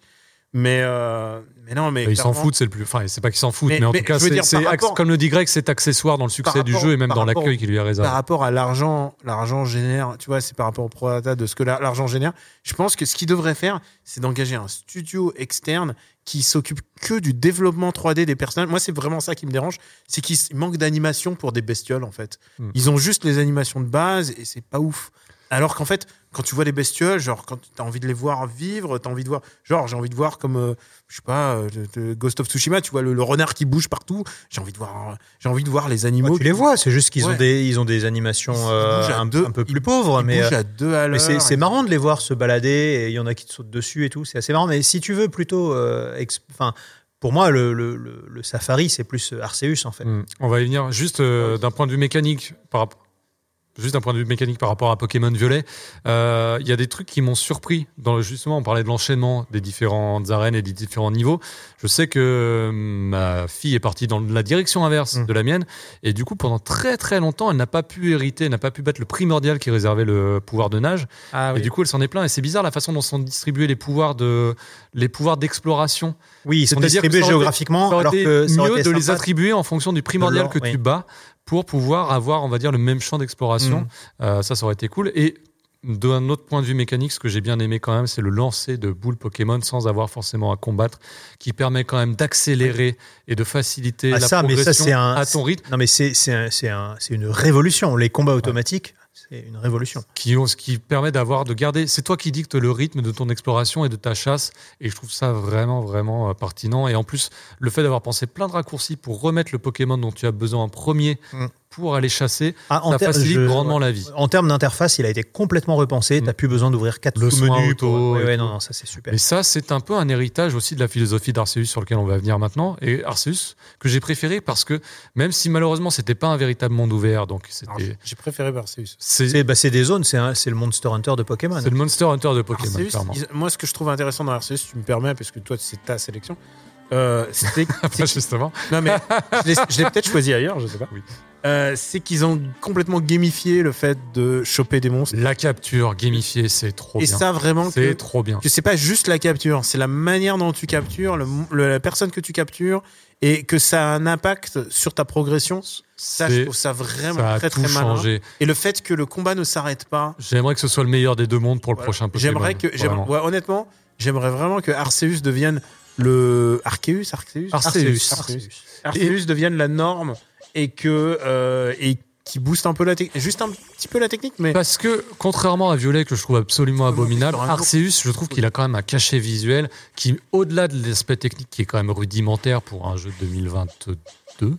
Mais, euh, mais non, mais ils s'en clairement- foutent, c'est le plus. Enfin, c'est pas qu'ils s'en foutent, mais, Mais- en mais tout cas, je veux c'est, dire, c'est par acc- rapport- comme le dit Greg, c'est accessoire dans le succès Par du rapport- jeu et même par dans rapport- l'accueil qui lui est par réservé. rapport à l'argent, l'argent génère, tu vois, c'est par rapport au prorata de ce que la- l'argent génère. Je pense que ce qu'il devrait faire, c'est d'engager un studio externe qui s'occupe que du développement trois D des personnages. Moi, c'est vraiment ça qui me dérange, c'est qu'il s- manque d'animation pour des bestioles, en fait. Hmm. Ils ont juste les animations de base et c'est pas ouf. Alors qu'en fait, quand tu vois les bestioles, genre, quand t'as envie de les voir vivre, t'as envie de voir, genre, j'ai envie de voir comme, euh, je sais pas, euh, de- de Ghost of Tsushima, tu vois le, le renard qui bouge partout. J'ai envie de voir, j'ai envie de voir les animaux. Ouais, tu les vois, c'est juste qu'ils Ouais. ont des, ils ont des animations Ils- ils euh, bougent à un, deux- un peu plus ils- pauvres, Ils mais, bougent euh, à deux à l'heure. mais c'est, c'est et- marrant de les voir se balader. Et il y en a qui te sautent dessus et tout. C'est assez marrant. Mais si tu veux plutôt, euh, ex- enfin, pour moi, le, le, le, le Safari, c'est plus Arceus en fait. Hmm. On va y venir. Juste euh, d'un point de vue mécanique, par rapport. Juste d'un point de vue mécanique par rapport à Pokémon Violet, euh, il y a des trucs qui m'ont surpris. Dans le, justement, on parlait de l'enchaînement des différentes arènes et des différents niveaux. Je sais que euh, ma fille est partie dans la direction inverse Mm. de la mienne. Et du coup, pendant très très longtemps, elle n'a pas pu hériter, n'a pas pu battre le primordial qui réservait le pouvoir de nage. Ah, Et du coup, elle s'en est plaint. Et c'est bizarre la façon dont sont distribués les pouvoirs de, les pouvoirs d'exploration. Oui, ils sont C'est-à-dire que distribués ça aurait été- géographiquement, Ça aurait alors été que ça aurait mieux été de les sympa. attribuer en fonction du primordial l'or, que oui. tu bats pour pouvoir avoir, on va dire, le même champ d'exploration. Mm. Euh, ça, ça aurait été cool. Et d'un autre point de vue mécanique, ce que j'ai bien aimé quand même, c'est le lancer de boules Pokémon sans avoir forcément à combattre, qui permet quand même d'accélérer et de faciliter Ah, la ça, mais ça, progression c'est un- à ton rythme, Non, mais c'est, c'est, un- c'est, un- c'est une révolution. Les combats automatiques, c'est une révolution. qui, ont- ce qui permet d'avoir, de garder. C'est toi qui dictes le rythme de ton exploration et de ta chasse. Et je trouve ça vraiment, vraiment euh, pertinent. Et en plus, le fait d'avoir pensé plein de raccourcis pour remettre le Pokémon dont tu as besoin en premier Mm. pour aller chasser, Ah, en ça ter- facilite je- grandement la vie. En termes d'interface, il a été complètement repensé. Mm. T'as plus besoin d'ouvrir quatre Le soin sous-menus. auto pour- ouais, et ouais, tout. non, non, ça c'est super. Mais ça, c'est un peu un héritage aussi de la philosophie d'Arceus sur lequel on va venir maintenant. Et Arceus, que j'ai préféré parce que même si malheureusement, c'était pas un véritable monde ouvert, donc Alors, c'était. j'ai- j'ai préféré Arceus. C'est C'est, bah, c'est des zones, c'est, un- c'est le Monster Hunter de Pokémon. c'est le Monster Hunter de Pokémon, Arceus, clairement. ils- moi, ce que je trouve intéressant dans Arceus, tu me permets, parce que toi, c'est ta sélection. Euh, c'est Après, justement. non mais je l'ai, je l'ai peut-être choisi ailleurs, je sais pas. Oui. Euh, c'est qu'ils ont complètement gamifié le fait de choper des monstres. La capture gamifiée, c'est trop Et bien. ça vraiment C'est que, trop bien. que c'est pas juste la capture, c'est la manière dont tu captures, le, le- la personne que tu captures, et que ça a un impact sur ta progression. Ça, je C'est- trouve ça vraiment Ça a très tout très malin. changé. Et le fait que le combat ne s'arrête pas. J'aimerais que ce soit le meilleur des deux mondes pour le Voilà. prochain Pokémon. J'aimerais que, j'aimerais- Vraiment. ouais, honnêtement, j'aimerais vraiment que Arceus devienne le Arceus, Arceus, Arceus. Arceus, Arceus devienne la norme et que euh, et qui booste un peu la technique, juste un petit peu la technique, mais Parce que, contrairement à Violet, que je trouve absolument abominable, sur un Arceus, je trouve qu'il a quand même un cachet visuel qui, au-delà de l'aspect technique qui est quand même rudimentaire pour un jeu de deux mille vingt-deux,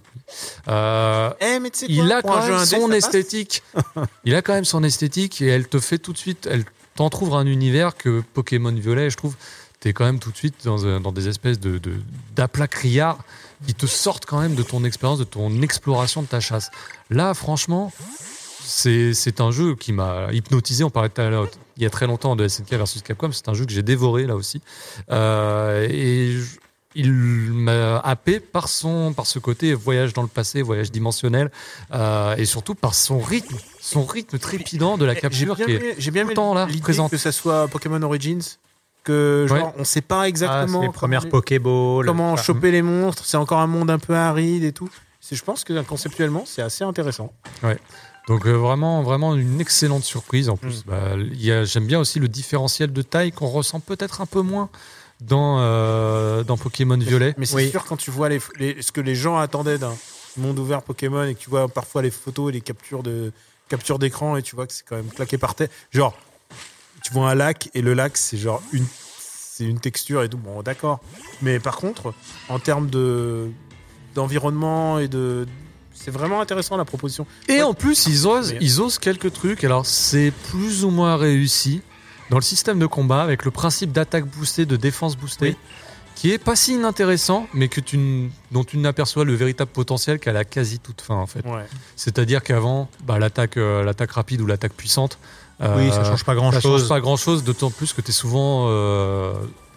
euh, eh, mais tu sais quoi, il a pour quand un jeu même indé, son ça passe. esthétique. Il a quand même son esthétique et elle te fait tout de suite, elle t'entrouvre un univers que Pokémon Violet, je trouve, t'es quand même tout de suite dans, un- dans des espèces de, de d'aplats criards qui te sortent quand même de ton expérience, de ton exploration de ta chasse. Là, franchement, c'est, c'est un jeu qui m'a hypnotisé. On parlait tout à l'heure, il y a très longtemps de S N K versus Capcom. C'est un jeu que j'ai dévoré là aussi. Euh, et je- il m'a happé par, son, par ce côté voyage dans le passé, voyage dimensionnel, euh, et surtout par son rythme, son rythme trépidant de la J'ai capture bien qui est aimé, j'ai bien tout le aimé temps là, l'idée présente. que ça soit Pokémon Origins, que genre Ouais. on sait pas Ah, exactement c'est les premières comment, Pokéballs. comment Enfin, choper les monstres. C'est encore un monde un peu aride et tout. C'est, je pense que conceptuellement c'est assez intéressant. Donc euh, vraiment, vraiment une excellente surprise. En plus, Mm. bah, il y a- j'aime bien aussi le différentiel de taille qu'on ressent peut-être un peu moins dans, euh, dans Pokémon Violet. Mais c'est Oui. sûr quand tu vois les, les- ce que les gens attendaient d'un monde ouvert Pokémon et que tu vois parfois les photos et les captures de captures d'écran et tu vois que c'est quand même claqué par terre. Genre tu vois un lac et le lac c'est genre une c'est une texture et tout. Bon d'accord. Mais par contre en termes de d'environnement et de c'est vraiment intéressant la proposition. Et Ouais. en plus, ils osent, Mais- ils osent quelques trucs. Alors, c'est plus ou moins réussi dans le système de combat avec le principe d'attaque boostée, de défense boostée, Oui. qui est pas si inintéressant, mais que tu, n- dont tu n'aperçois le véritable potentiel qu'à la quasi toute fin, en fait. Ouais. C'est-à-dire qu'avant, bah, l'attaque, euh, l'attaque rapide ou l'attaque puissante, Oui, ça euh, change pas ça grand change chose. pas grand-chose, d'autant plus que tu es souvent euh,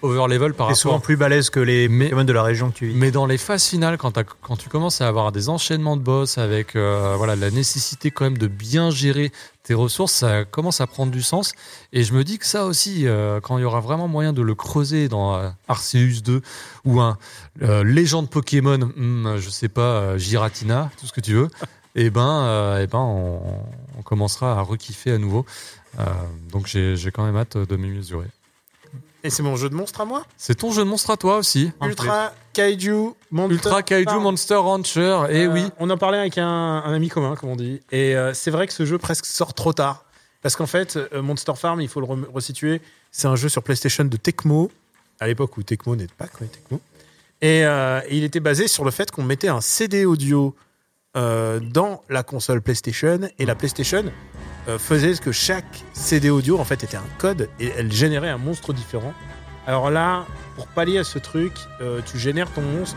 overlevel par T'es rapport. souvent plus balèze que les Mais- Pokémon de la région que tu vis. Mais dans les phases finales, quand, t'as- quand tu commences à avoir des enchaînements de boss avec euh, voilà, la nécessité quand même de bien gérer tes ressources, ça commence à prendre du sens. Et je me dis que ça aussi, euh, quand il y aura vraiment moyen de le creuser dans euh, Arceus deux ou un euh, Légende Pokémon, hmm, je sais pas, euh, Giratina, tout ce que tu veux, et ben, euh, eh ben on, on commencera à rekiffer à nouveau. Euh, donc j'ai j'ai quand même hâte de m'y mesurer. Et c'est mon jeu de monstre à moi. C'est ton jeu de monstre à toi aussi. Ultra Kaiju Monster. Ultra Kaiju Farm. Monster Rancher, et Euh, oui. On en parlait avec un, un ami commun, comme on dit. Et euh, c'est vrai que ce jeu presque sort trop tard. Parce qu'en fait, euh, Monster Farm, il faut le re- resituer. C'est un jeu sur PlayStation de Tecmo, à l'époque où Tecmo n'était pas quoi, Tecmo. Et, euh, et il était basé sur le fait qu'on mettait un C D audio euh, dans la console PlayStation. Et la PlayStation euh, faisait que chaque C D audio, en fait, était un code. Et elle générait un monstre différent. Alors là, pour pallier à ce truc, euh, tu génères ton monstre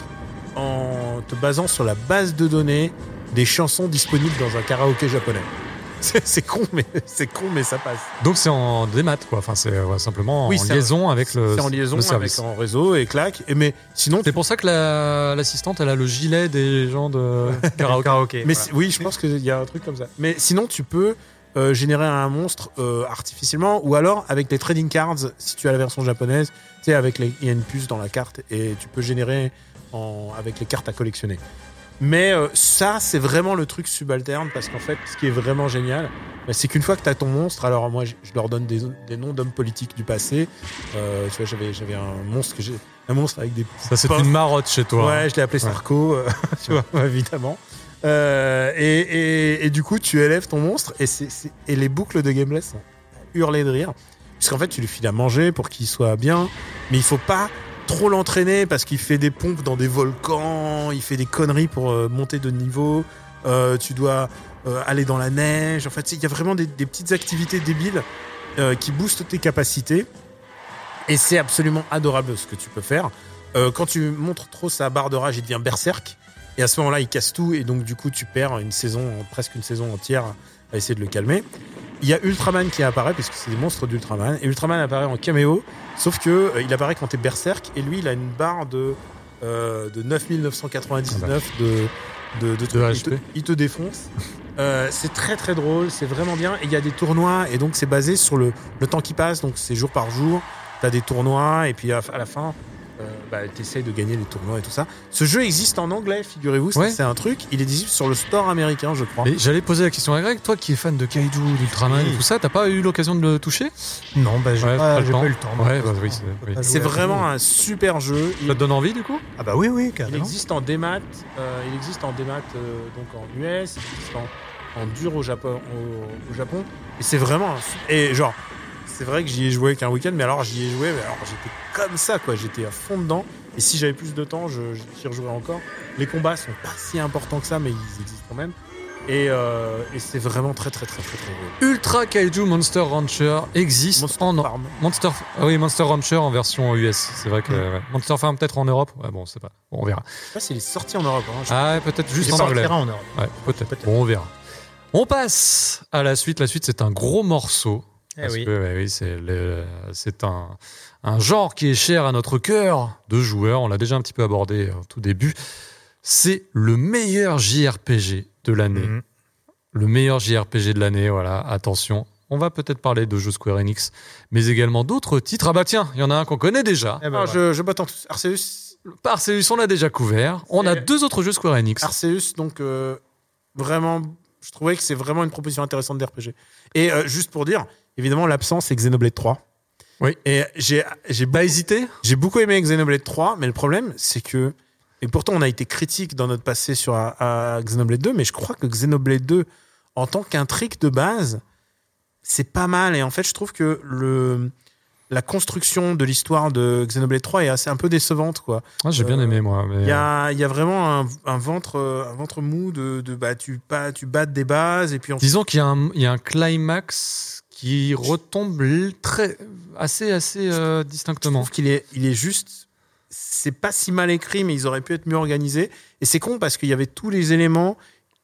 en te basant sur la base de données des chansons disponibles dans un karaoké japonais. C'est, c'est con, mais c'est con, mais ça passe. Donc c'est en démat, quoi. Enfin, c'est ouais, simplement Oui, en c'est liaison avec le C'est en liaison le avec service. en réseau et clac. Et mais sinon, C'est pour ça que la- l'assistante, elle a le gilet des gens de karaoké. Karaoké. mais voilà. si- oui, je pense qu'il y a un truc comme ça. Mais sinon, tu peux euh, générer un monstre euh, artificiellement ou alors avec les trading cards. Si tu as la version japonaise, tu sais, avec les, il y a une puce dans la carte et tu peux générer en, avec les cartes à collectionner. Mais euh, ça, c'est vraiment le truc subalterne parce qu'en fait, ce qui est vraiment génial, bah, c'est qu'une fois que tu as ton monstre, alors moi, je, je leur donne des, des noms d'hommes politiques du passé. Euh, tu vois, j'avais, j'avais un monstre que j'ai, un monstre avec des Ça, c'est Pas- une marotte chez toi. Ouais, je l'ai appelé Sarko, euh, tu vois, évidemment. Euh, et, et, et du coup, tu élèves ton monstre et, c'est, c'est- et les boucles de gameplay sont hurlées de rire. Puisqu'en fait, tu lui files à manger pour qu'il soit bien, mais il faut pas trop l'entraîner parce qu'il fait des pompes dans des volcans, il fait des conneries pour euh, monter de niveau. Euh, tu dois euh, aller dans la neige. En fait, il y a vraiment des, des petites activités débiles euh, qui boostent tes capacités. Et c'est absolument adorable ce que tu peux faire. Euh, quand tu montres trop sa barre de rage, il devient berserk. Et à ce moment-là, il casse tout. Et donc, du coup, tu perds une saison, presque une saison entière à essayer de le calmer. Il y a Ultraman qui apparaît, puisque c'est des monstres d'Ultraman. Et Ultraman apparaît en caméo. Sauf que euh, il apparaît quand t'es berserk. Et lui, il a une barre de, euh, de neuf mille neuf cent quatre-vingt-dix-neuf de, de, de, trucs. Il te, H P. il te défonce. Euh, c'est très très drôle. C'est vraiment bien. Et il y a des tournois. Et donc, c'est basé sur le, le temps qui passe. Donc, c'est jour par jour. T'as des tournois. Et puis, à, à la fin... Euh, bah, t'essayes de gagner les tournois et tout ça. Ce jeu existe en anglais, figurez-vous, ça, Ouais. c'est un truc. Il est disponible sur le store américain, je crois. Et j'allais poser la question à Greg, toi qui es fan de Kaiju, d'Ultraman Oui. et tout ça, t'as pas eu l'occasion de le toucher? Non, bah, j'ai Ouais, pas, pas le j'ai temps. pas eu le temps. Ouais, non. bah oui, c'est- oui. Pas C'est joué à vraiment tout. un super jeu. Il, Ça te donne envie du coup? Ah bah oui, oui, il carrément. existe en démat, euh, il existe en démat euh, donc en U S, il existe en, en dur au Japon, au, au Japon. Et c'est vraiment un su- et genre c'est vrai que j'y ai joué qu'un week-end, mais alors j'y ai joué, mais alors j'étais comme ça quoi, j'étais à fond dedans. Et si j'avais plus de temps, je, j'y rejouerais encore. Les combats sont pas si importants que ça, mais ils existent quand même. Et, euh, et c'est vraiment très très très très très beau. Ultra Kaiju Monster Rancher existe Monster en Farm. Monster, ah oui, Monster Rancher en version U S. C'est vrai que Mm. ouais. Monster Farm peut-être en Europe. Ouais, bon, c'est pas. Bon, on verra. Je sais pas s'il est sorti en Europe. Hein. Je- Ah, ouais, peut-être juste Il en anglais. sortira en Europe. Ouais, peut-être. Peut-être. Bon, on verra. On passe à la suite. La suite, c'est un gros morceau. Eh Parce oui. que ouais, oui, c'est le- c'est un, un genre qui est cher à notre cœur de joueurs. On l'a déjà un petit peu abordé au tout début. C'est le meilleur J R P G de l'année. Mhm. Le meilleur J R P G de l'année, voilà, attention. On va peut-être parler de jeux Square Enix, mais également d'autres titres. Ah bah tiens, il y en a un qu'on connaît déjà. Eh ben, Ah, voilà. je, je botte en tous. Arceus, Arceus, on l'a déjà couvert. On a C'est- deux autres jeux Square Enix. Arceus, donc euh, vraiment, je trouvais que c'est vraiment une proposition intéressante d'R P G. Et euh, juste pour dire, évidemment, l'absent, c'est Xenoblade trois. Oui. Et j'ai j'ai Pas beaucoup, hésité. j'ai beaucoup aimé Xenoblade trois, mais le problème, c'est que. Et pourtant, on a été critique dans notre passé sur à, à Xenoblade deux, mais je crois que Xenoblade deux, en tant qu'intrigue de base, c'est pas mal. Et en fait, je trouve que le. La construction de l'histoire de Xenoblade trois est assez un peu décevante, quoi. Ah, j'ai bien Euh, aimé, moi. mais- Il y a, il y a vraiment un, un ventre, euh, un ventre mou de, de bah, tu, pas, tu battes des bases et puis ensuite, Disons qu'il y a un, il y a un climax qui retombe l- très, assez, assez euh, je distinctement. trouve qu'il est, il est juste, c'est pas si mal écrit, mais ils auraient pu être mieux organisés. Et c'est con parce qu'il y avait tous les éléments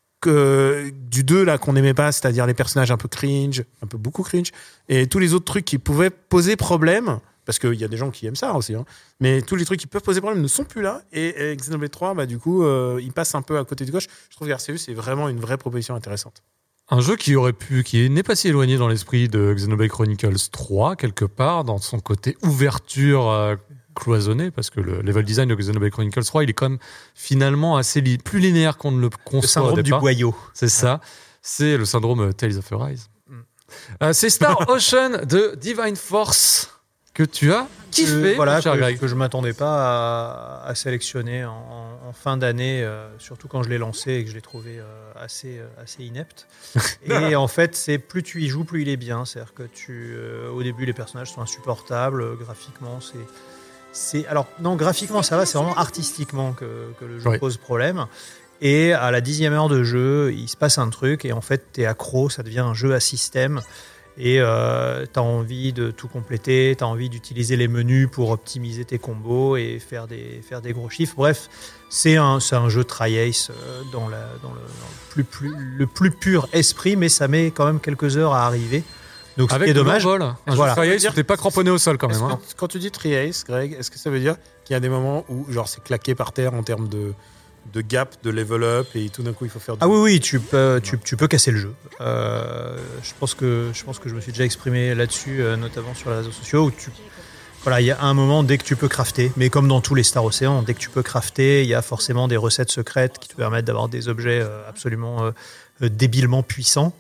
que, du deux là qu'on n'aimait pas, c'est-à-dire les personnages un peu cringe, un peu beaucoup cringe, et tous les autres trucs qui pouvaient poser problème parce qu'il y a des gens qui aiment ça aussi. Hein. Mais tous les trucs qui peuvent poser problème ne sont plus là. Et, et Xenoblade trois, bah, du coup, euh, il passe un peu à côté de gauche. Je trouve qu'Arceus, c'est vraiment une vraie proposition intéressante. Un jeu qui aurait pu, qui n'est pas si éloigné dans l'esprit de Xenoblade Chronicles trois, quelque part, dans son côté ouverture euh, cloisonnée, parce que le level design de Xenoblade Chronicles trois, il est quand même finalement assez li- plus linéaire qu'on ne le conçoit Le syndrome au du départ. boyau. C'est ça. C'est le syndrome Tales of Arise. Mm. Euh, c'est Star Ocean de Divine Force que tu as kiffé, Euh, voilà, cher que, Greg. que je m'attendais pas à, à sélectionner en, en- en fin d'année, euh, surtout quand je l'ai lancé et que je l'ai trouvé euh, assez, euh, assez inepte. Et en fait, c'est plus tu y joues, plus il est bien. C'est-à-dire que tu, euh, au début, les personnages sont insupportables. euh, graphiquement, c'est, c'est, alors non, graphiquement ça va. C'est vraiment artistiquement que, que le jeu Oui. pose problème. Et à la dixième heure de jeu, il se passe un truc et en fait, t'es accro. Ça devient un jeu à système. Et euh, tu as envie de tout compléter, tu as envie d'utiliser les menus pour optimiser tes combos et faire des, faire des gros chiffres. Bref, c'est un, c'est un jeu try-ace euh, dans, la, dans, le, dans le, plus, plus, le plus pur esprit, mais ça met quand même quelques heures à arriver. Donc ce Avec qui est de dommage. l'envol. Un Voilà. jeu Fire, t'es pas cramponné au sol quand même. Est-ce que- Hein. Quand tu dis Tri-Ace, Greg, est-ce que ça veut dire qu'il y a des moments où genre, c'est claqué par terre en termes de, de gap, de level up, et tout d'un coup, il faut faire du... Ah oui, oui, tu peux, tu, tu peux casser le jeu. Euh, je, pense que, je pense que je me suis déjà exprimé là-dessus, euh, notamment sur les réseaux sociaux, où tu... Voilà, il y a un moment, dès que tu peux crafter, mais comme dans tous les Star Ocean, dès que tu peux crafter, il y a forcément des recettes secrètes qui te permettent d'avoir des objets euh, absolument euh, euh, débilement puissants.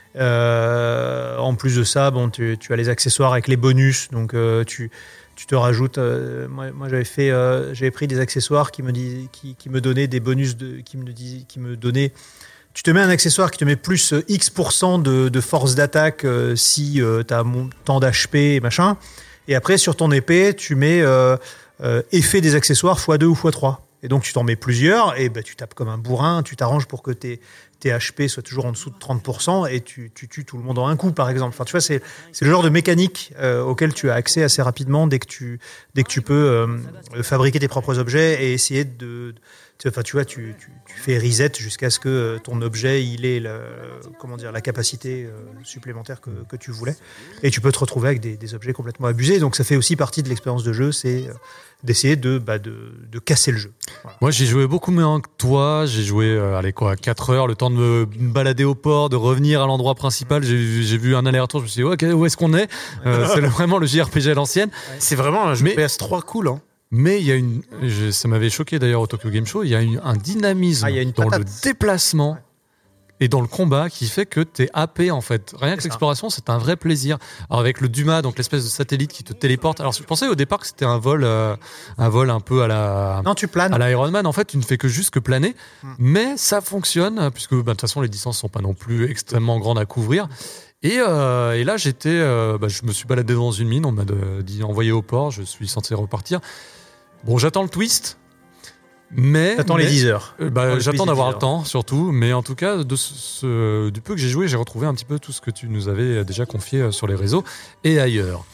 Euh, en plus de ça, bon, tu, tu as les accessoires avec les bonus, donc euh, tu, tu te rajoutes. Euh, moi, moi, j'avais fait, euh, j'avais pris des accessoires qui me dis, qui, qui me donnaient des bonus de, qui me dis, qui me donnaient. Tu te mets un accessoire qui te met plus euh, X% de, de force d'attaque euh, si euh, tu as tant d'H P et machin. Et après, sur ton épée, tu mets euh, euh, effet des accessoires fois deux ou fois trois. Et donc, tu t'en mets plusieurs et bah, tu tapes comme un bourrin. Tu t'arranges pour que tes, tes H P soient toujours en dessous de trente pour cent et tu, tu tues tout le monde en un coup, par exemple. Enfin, tu vois, c'est, c'est le genre de mécanique euh, auquel tu as accès assez rapidement dès que tu, dès que tu peux euh, fabriquer tes propres objets et essayer de... Tu, enfin, tu vois, tu, tu, tu fais reset jusqu'à ce que ton objet il ait la, comment dire, la capacité euh, supplémentaire que, que tu voulais. Et tu peux te retrouver avec des, des objets complètement abusés. Donc ça fait aussi partie de l'expérience de jeu, c'est euh, d'essayer de, bah, de, de casser le jeu. Voilà. Moi, j'ai joué beaucoup moins que toi. J'ai joué, euh, allez quoi, quatre heures, le temps de me balader au port, de revenir à l'endroit principal. J'ai, j'ai vu un aller-retour, je me suis dit, ok, où est-ce qu'on est, euh, C'est le, vraiment le J R P G à l'ancienne. C'est vraiment un jeu Mais- P S trois cool, hein. Mais il y a une, je- ça m'avait choqué d'ailleurs au Tokyo Game Show, il y a une- un dynamisme Ah, il y a une dans patate. le déplacement Ouais. et dans le combat qui fait que t'es happé en fait. Rien que C'est ça. l'exploration, c'est un vrai plaisir. Alors avec le Duma, donc l'espèce de satellite qui te téléporte. Alors je pensais au départ que c'était un vol, euh, un vol un peu à la, Non, tu planes. à l'Iron Man. En fait, tu ne fais que juste que planer, Hmm. mais ça fonctionne euh, puisque bah, de toute façon les distances sont pas non plus extrêmement grandes à couvrir. Et, euh, et là, j'étais, euh, bah, je me suis baladé dans une mine. On m'a de- dit envoyé au port. Je suis censé repartir. Bon, j'attends le twist, mais T'attends mais- les dix heures. euh, bah, Attends le j'attends twist d'avoir des le dix temps, surtout. Mais en tout cas, de ce, ce- du peu que j'ai joué, j'ai retrouvé un petit peu tout ce que tu nous avais déjà confié euh, sur les réseaux et ailleurs.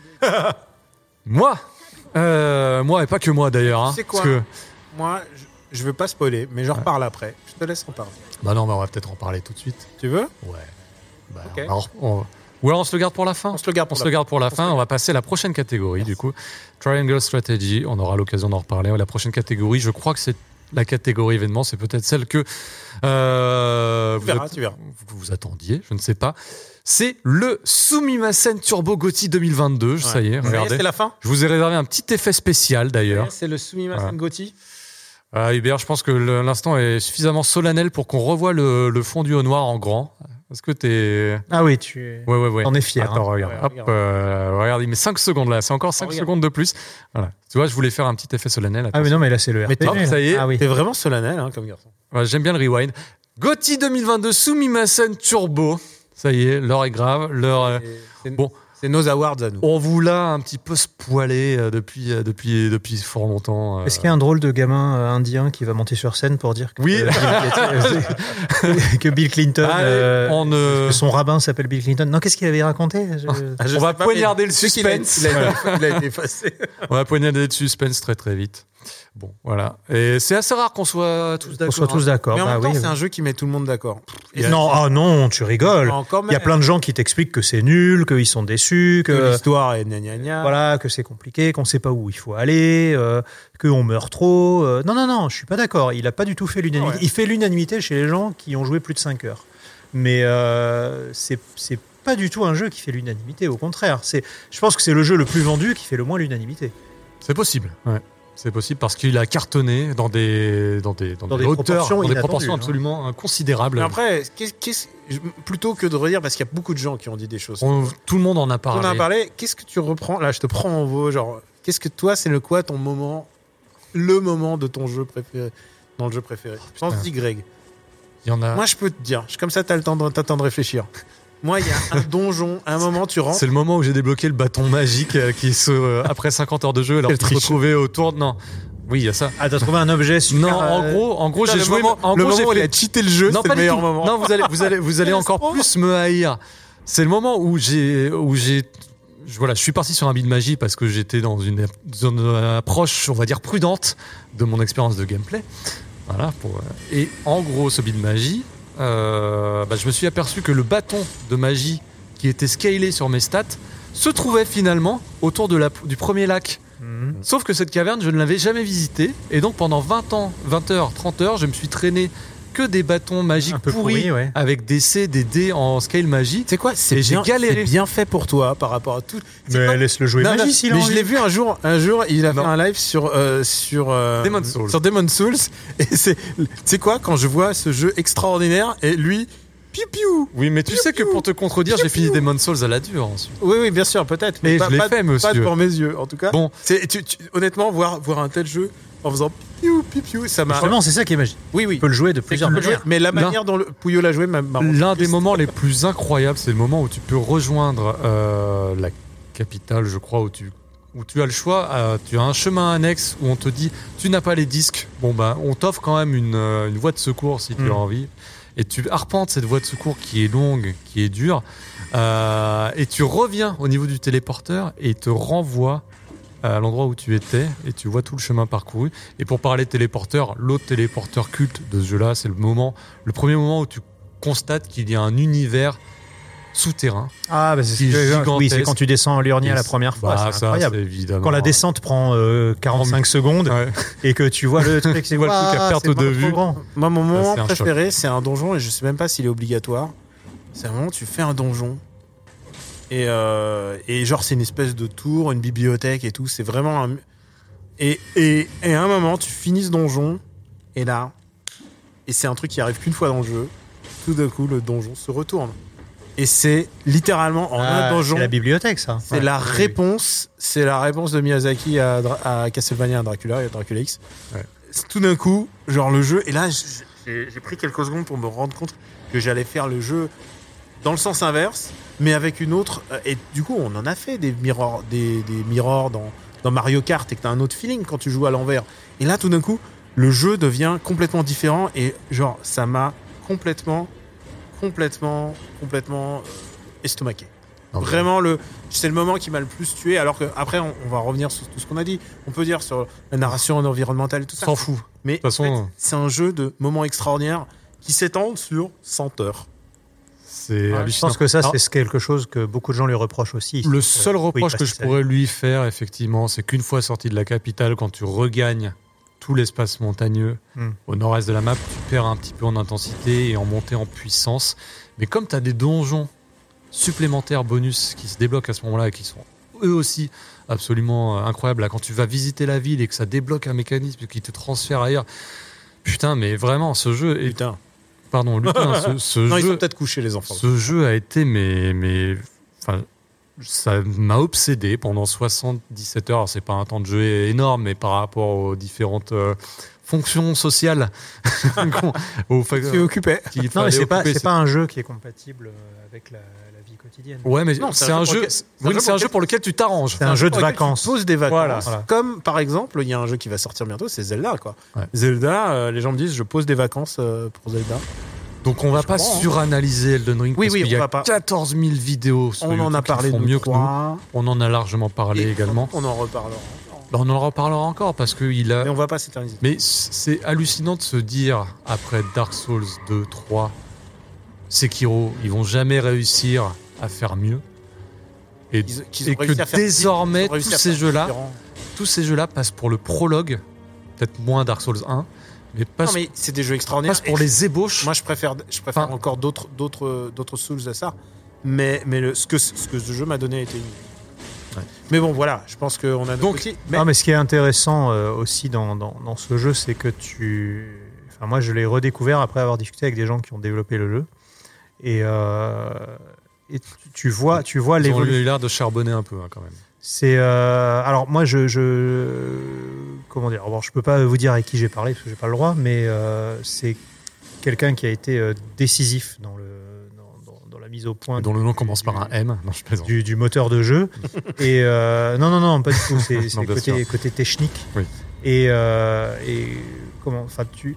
moi, euh, moi et pas que moi d'ailleurs. Hein, Tu sais quoi parce que, Moi, je, je veux pas spoiler, mais j'en reparle après. Je te laisse en parler. bah non, mais on va peut-être en parler tout de suite. Tu veux? Ouais. Bah, Ok. alors, on- Ou alors on se le garde pour la fin. On se le garde On pour se la le garde pour la On se fin. le On va passer à la prochaine catégorie, du coup. Triangle Strategy. On aura l'occasion d'en reparler. La prochaine catégorie, je crois que c'est la catégorie événement. C'est peut-être celle que euh, Tu vous, verras, att- tu verras. vous vous attendiez. Je ne sais pas. C'est le Sumimasen Turbo GOTY deux mille vingt-deux. Ça y est, Ça y est, regardez. c'est la fin. Je vous ai réservé un petit effet spécial, d'ailleurs. C'est le Sumimasen Voilà. Gotti. Ah, Hubert, je pense que le- l'instant est suffisamment solennel pour qu'on revoie le, le fondu au noir en grand. Est-ce que t'es... Ah oui, tu Ouais, ouais, ouais. en es fier. Attends, hein. regarde. Ouais, Hop, regarde. euh, regarde, il met cinq secondes là. C'est encore cinq regarde. secondes de plus. Voilà. Tu vois, je voulais faire un petit effet solennel. Ah mais non, mais là c'est le Mais R P G. t'es- là. ça y est. Ah oui. T'es vraiment solennel, hein, comme garçon. Ouais, j'aime bien le rewind. GOTY deux mille vingt-deux, Sumimasen Turbo. Ça y est, l'heure est grave. L'heure, euh, C'est- bon. C'est nos awards à nous. on vous l'a un petit peu spoilé euh, depuis, euh, depuis, depuis fort longtemps. euh. Est-ce qu'il y a un drôle de gamin euh, indien qui va monter sur scène pour dire que, Oui. euh, Bill, que Bill Clinton, Allez, euh, on ne- que son rabbin s'appelle Bill Clinton? Non, qu'est-ce qu'il avait raconté? Je- Ah, je On va sais pas, poignarder mais le tu sais qu'il a- suspense. Il a, il a été effacé. On va poignarder de suspense très très vite. Bon, voilà. Et c'est assez rare qu'on soit tous On d'accord. soit tous d'accord. Mais en bah même temps, oui. c'est un jeu qui met tout le monde d'accord. Et Non, ah non, tu rigoles. encore Il y a plein de gens qui t'expliquent que c'est nul, qu'ils sont déçus, que que l'histoire est gna gna gna. voilà, que c'est compliqué, qu'on sait pas où il faut aller, euh, qu'on meurt trop. euh. Non, non, non, je suis pas d'accord. Il a pas du tout fait l'unanimité. Ah ouais. Il fait l'unanimité chez les gens qui ont joué plus de cinq heures. Mais euh, c'est c'est pas du tout un jeu qui fait l'unanimité. Au contraire, c'est. Je pense que c'est le jeu le plus vendu qui fait le moins l'unanimité. C'est possible. Ouais. C'est possible parce qu'il a cartonné dans des dans des dans, Dans des, des hauteurs, proportions dans des inattendues, proportions hein. absolument euh, considérables. Mais après, qu'est-ce, qu'est-ce- je- plutôt que de redire, parce qu'il y a beaucoup de gens qui ont dit des choses. On- tout le monde en a On parlé. en a parlé. Qu'est-ce que tu reprends là? Je te prends en veau. Genre, qu'est-ce que toi, c'est le quoi ton moment, le moment de ton jeu préféré, dans le jeu préféré? Je pense Putain. dit Greg. Il y en a. Moi, je peux te dire. Comme ça, t'as le temps de, t'as le temps de réfléchir. Moi, il y a un donjon. À un moment, tu rentres. C'est le moment où j'ai débloqué le bâton magique euh, qui se euh, après cinquante heures de jeu alors Quel qu'il se triche. retrouvait autour. Non. Oui, il y a ça. Ah, t'as trouvé un objet super. Non, en euh, gros, en gros, Putain, j'ai le joué. moment, en le gros, j'ai moment où il fait- a cheaté le jeu, Non, c'est pas le du meilleur tout. moment. Non, vous allez, vous allez, vous allez Laisse encore prendre. plus me haïr. C'est le moment où j'ai, où j'ai, je- voilà, je suis parti sur un bit de magie parce que j'étais dans une zone approche, on va dire prudente de mon expérience de gameplay. Voilà. Pour, euh, et en gros, ce bit de magie, euh, bah, je me suis aperçu que le bâton de magie qui était scalé sur mes stats se trouvait finalement autour de la, du premier lac. mhm. Sauf que cette caverne, je ne l'avais jamais visitée. Et donc pendant vingt ans, vingt heures, trente heures, je me suis traîné que des bâtons magiques Un peu pourris pourri, ouais. avec des C, des D en scale magie. C'est quoi? C'est Et j'ai bien, galéré. c'est bien fait pour toi par rapport à tout. C'est Mais pas- laisse-le jouer Non, magie non, s'il a mais je envie. l'ai vu un jour. Un jour, il a Non. fait un live sur euh, sur euh, Demon's Souls. sur Demon's Souls. Et c'est, tu sais quoi? Quand je vois ce jeu extraordinaire et lui, piou piou. Oui, mais tu Piou, sais que piou. pour te contredire, Piou, j'ai fini piou. Demon's Souls à la dure ensuite. Oui, oui, bien sûr, peut-être. Et pas, je l'ai pas- fait, Pas monsieur. devant mes yeux, en tout cas. Bon. C'est, tu- tu- honnêtement, voir voir un tel jeu en faisant piou piou piou, ça m'a. Justement, c'est ça qui est magique. Oui, oui. Tu peux le jouer de C'est plusieurs qu'il peut jouer, manières. mais la L'un- manière dont le Pouillot l'a joué m'a. m'a L'un rendu des triste. moments les plus incroyables, c'est le moment où tu peux rejoindre euh, la capitale, je crois, où tu où tu as le choix, euh, tu as un chemin annexe où on te dit tu n'as pas les disques, bon bah on t'offre quand même une, euh, une voie de secours si tu Mm. as envie, et tu arpentes cette voie de secours qui est longue, qui est dure, euh, et tu reviens au niveau du téléporteur et il te renvoie à l'endroit où tu étais et tu vois tout le chemin parcouru. Et pour parler de téléporteur, l'autre téléporteur culte de ce jeu-là, c'est le moment, le premier moment où tu constates qu'il y a un univers souterrain. Ah, bah c'est Qui est ce que- gigantesque. oui, c'est quand tu descends en Liurnia Et la première fois. Bah, c'est ça, incroyable. c'est évidemment. Quand la descente prend euh, quarante-cinq secondes Ouais. et que tu vois le truc, c'est Tu vois le truc à Ouah, perte c'est de beaucoup trop vue. grand. Moi, mon moment c'est un préféré, c'est un donjon, et je sais même pas s'il est obligatoire. C'est un moment où tu fais un donjon. Et, euh, et genre, c'est une espèce de tour, une bibliothèque et tout. C'est vraiment un. Et, et, et à un moment, tu finis ce donjon, et là. Et c'est un truc qui arrive qu'une fois dans le jeu. Tout d'un coup, le donjon se retourne. Et c'est littéralement en Ah, un donjon. c'est la bibliothèque, ça. C'est Ouais. la Oui, oui. réponse, c'est la réponse de Miyazaki à, Dra- à Castlevania, à Dracula et à Dracula X. Ouais. C'est tout d'un coup, genre le jeu, et là j- j'ai j'ai pris quelques secondes pour me rendre compte que j'allais faire le jeu dans le sens inverse, mais avec une autre. euh, Et du coup, on en a fait des mirrors, des, des mirrors dans, dans Mario Kart, et que t'as un autre feeling quand tu joues à l'envers. Et là, tout d'un coup, le jeu devient complètement différent, et genre, ça m'a complètement, complètement, complètement euh, estomaqué. Non, mais- Vraiment, le, c'est le moment qui m'a le plus tué. Alors que après, on, on va revenir sur tout ce qu'on a dit. On peut dire sur la narration environnementale et tout ça. S'en fout. Mais De toute façon, en fait, c'est un jeu de moments extraordinaires qui s'étendent sur cent heures. C'est Ouais, je hallucinant. pense que ça, Alors, c'est quelque chose que beaucoup de gens lui reprochent aussi. le C'est seul oui, reproche parce que je ça- pourrais lui faire, effectivement, c'est qu'une fois sorti de la capitale, quand tu regagnes tout l'espace montagneux Hmm. au nord-est de la map, tu perds un petit peu en intensité et en montée en puissance. Mais comme tu as des donjons supplémentaires bonus qui se débloquent à ce moment-là et qui sont eux aussi absolument euh, incroyables, là, quand tu vas visiter la ville et que ça débloque un mécanisme qui te transfère ailleurs, putain, mais vraiment, ce jeu est... Putain. Pardon, Lupin, ce, ce Non, ils sont jeu... peut-être couchés, les enfants. Ce jeu a été, mais, mais enfin, ça m'a obsédé pendant soixante-dix-sept heures. Alors, c'est pas un temps de jeu énorme, mais par rapport aux différentes euh, fonctions sociales qu'on- aux fa- Tu es occupé. qu'il Non, mais fallait c'est pas, occuper, c'est c'est- pas un jeu qui est compatible euh, avec la, la vie quotidienne. Ouais, mais Non, c'est un jeu. pour lequel- c'est- c'est un Oui, jeu c'est un pour jeu pour lequel tu t'arranges. C'est un jeu de Pour lequel vacances. Tu poses des vacances. Voilà. Voilà. Comme par exemple, il y a un jeu qui va sortir bientôt, c'est Zelda, quoi. Ouais. Zelda, euh, les gens me disent, je pose des vacances euh, pour Zelda. Donc on va Je pas comprends, hein. suranalyser Elden Ring Oui, parce oui, qu'il y on a va pas. quatorze mille vidéos sur On en YouTube a qui parlé font de mieux que nous. trois. On en a largement parlé Et également. On en reparlera. Bah, on en reparlera encore parce que il a. Mais on va pas s'éterniser. Mais c'est hallucinant de se dire après Dark Souls deux, trois, Sekiro, ils vont jamais réussir à faire mieux. Et, Ils- qu'ils ont et que réussi à faire- désormais ils ont réussi tous à ces faire jeux-là, différent. tous ces jeux-là passent pour le prologue, peut-être moins Dark Souls un, mais passent, Non, mais c'est des jeux extraordinaires. passent pour Et les ébauches. Moi, je préfère, je préfère Enfin- encore d'autres, d'autres, d'autres Souls à ça. Mais, mais le, ce, que, ce que ce jeu m'a donné était unique. Ouais. Mais bon, voilà, je pense qu'on a notre Donc, petit- mais, Non, mais ce qui est intéressant euh, aussi dans, dans, dans ce jeu, c'est que tu. Enfin, moi, je l'ai redécouvert après avoir discuté avec des gens qui ont développé le jeu. Et, euh, et tu, tu vois, tu vois Ils ont l'évolution. eu l'air de charbonner un peu hein, quand même. C'est euh, alors moi je, je comment dire, bon, je peux pas vous dire avec qui j'ai parlé parce que j'ai pas le droit, mais euh, c'est quelqu'un qui a été euh, décisif dans le dans, dans, dans la mise au point Dont le du- nom commence du- par un M. Non, je plaisante. du, du moteur de jeu. Et euh, non non non pas du tout, c'est c'est Non, bien côté sûr. côté technique. Oui. Et euh, et comment enfin tu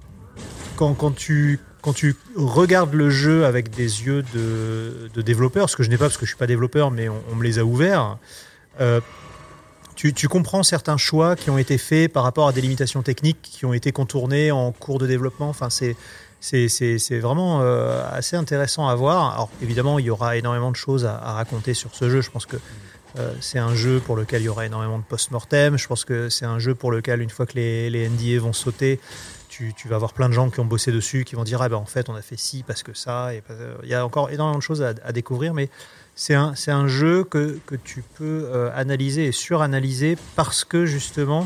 quand quand tu quand tu regardes le jeu avec des yeux de, de développeur, ce que je n'ai pas parce que je suis pas développeur, mais on, on me les a ouverts, euh, tu, tu comprends certains choix qui ont été faits par rapport à des limitations techniques qui ont été contournées en cours de développement. Enfin, c'est c'est c'est c'est vraiment euh, assez intéressant à voir. Alors évidemment, il y aura énormément de choses à, à raconter sur ce jeu. Je pense que euh, c'est un jeu pour lequel il y aura énormément de post-mortem. Je pense que c'est un jeu pour lequel, une fois que les, les N D A vont sauter, tu, tu vas avoir plein de gens qui ont bossé dessus, qui vont dire ah ben en fait on a fait ci parce que ça. Et euh, il y a encore énormément de choses à, à découvrir, mais c'est un c'est un jeu que que tu peux euh, analyser et suranalyser parce que justement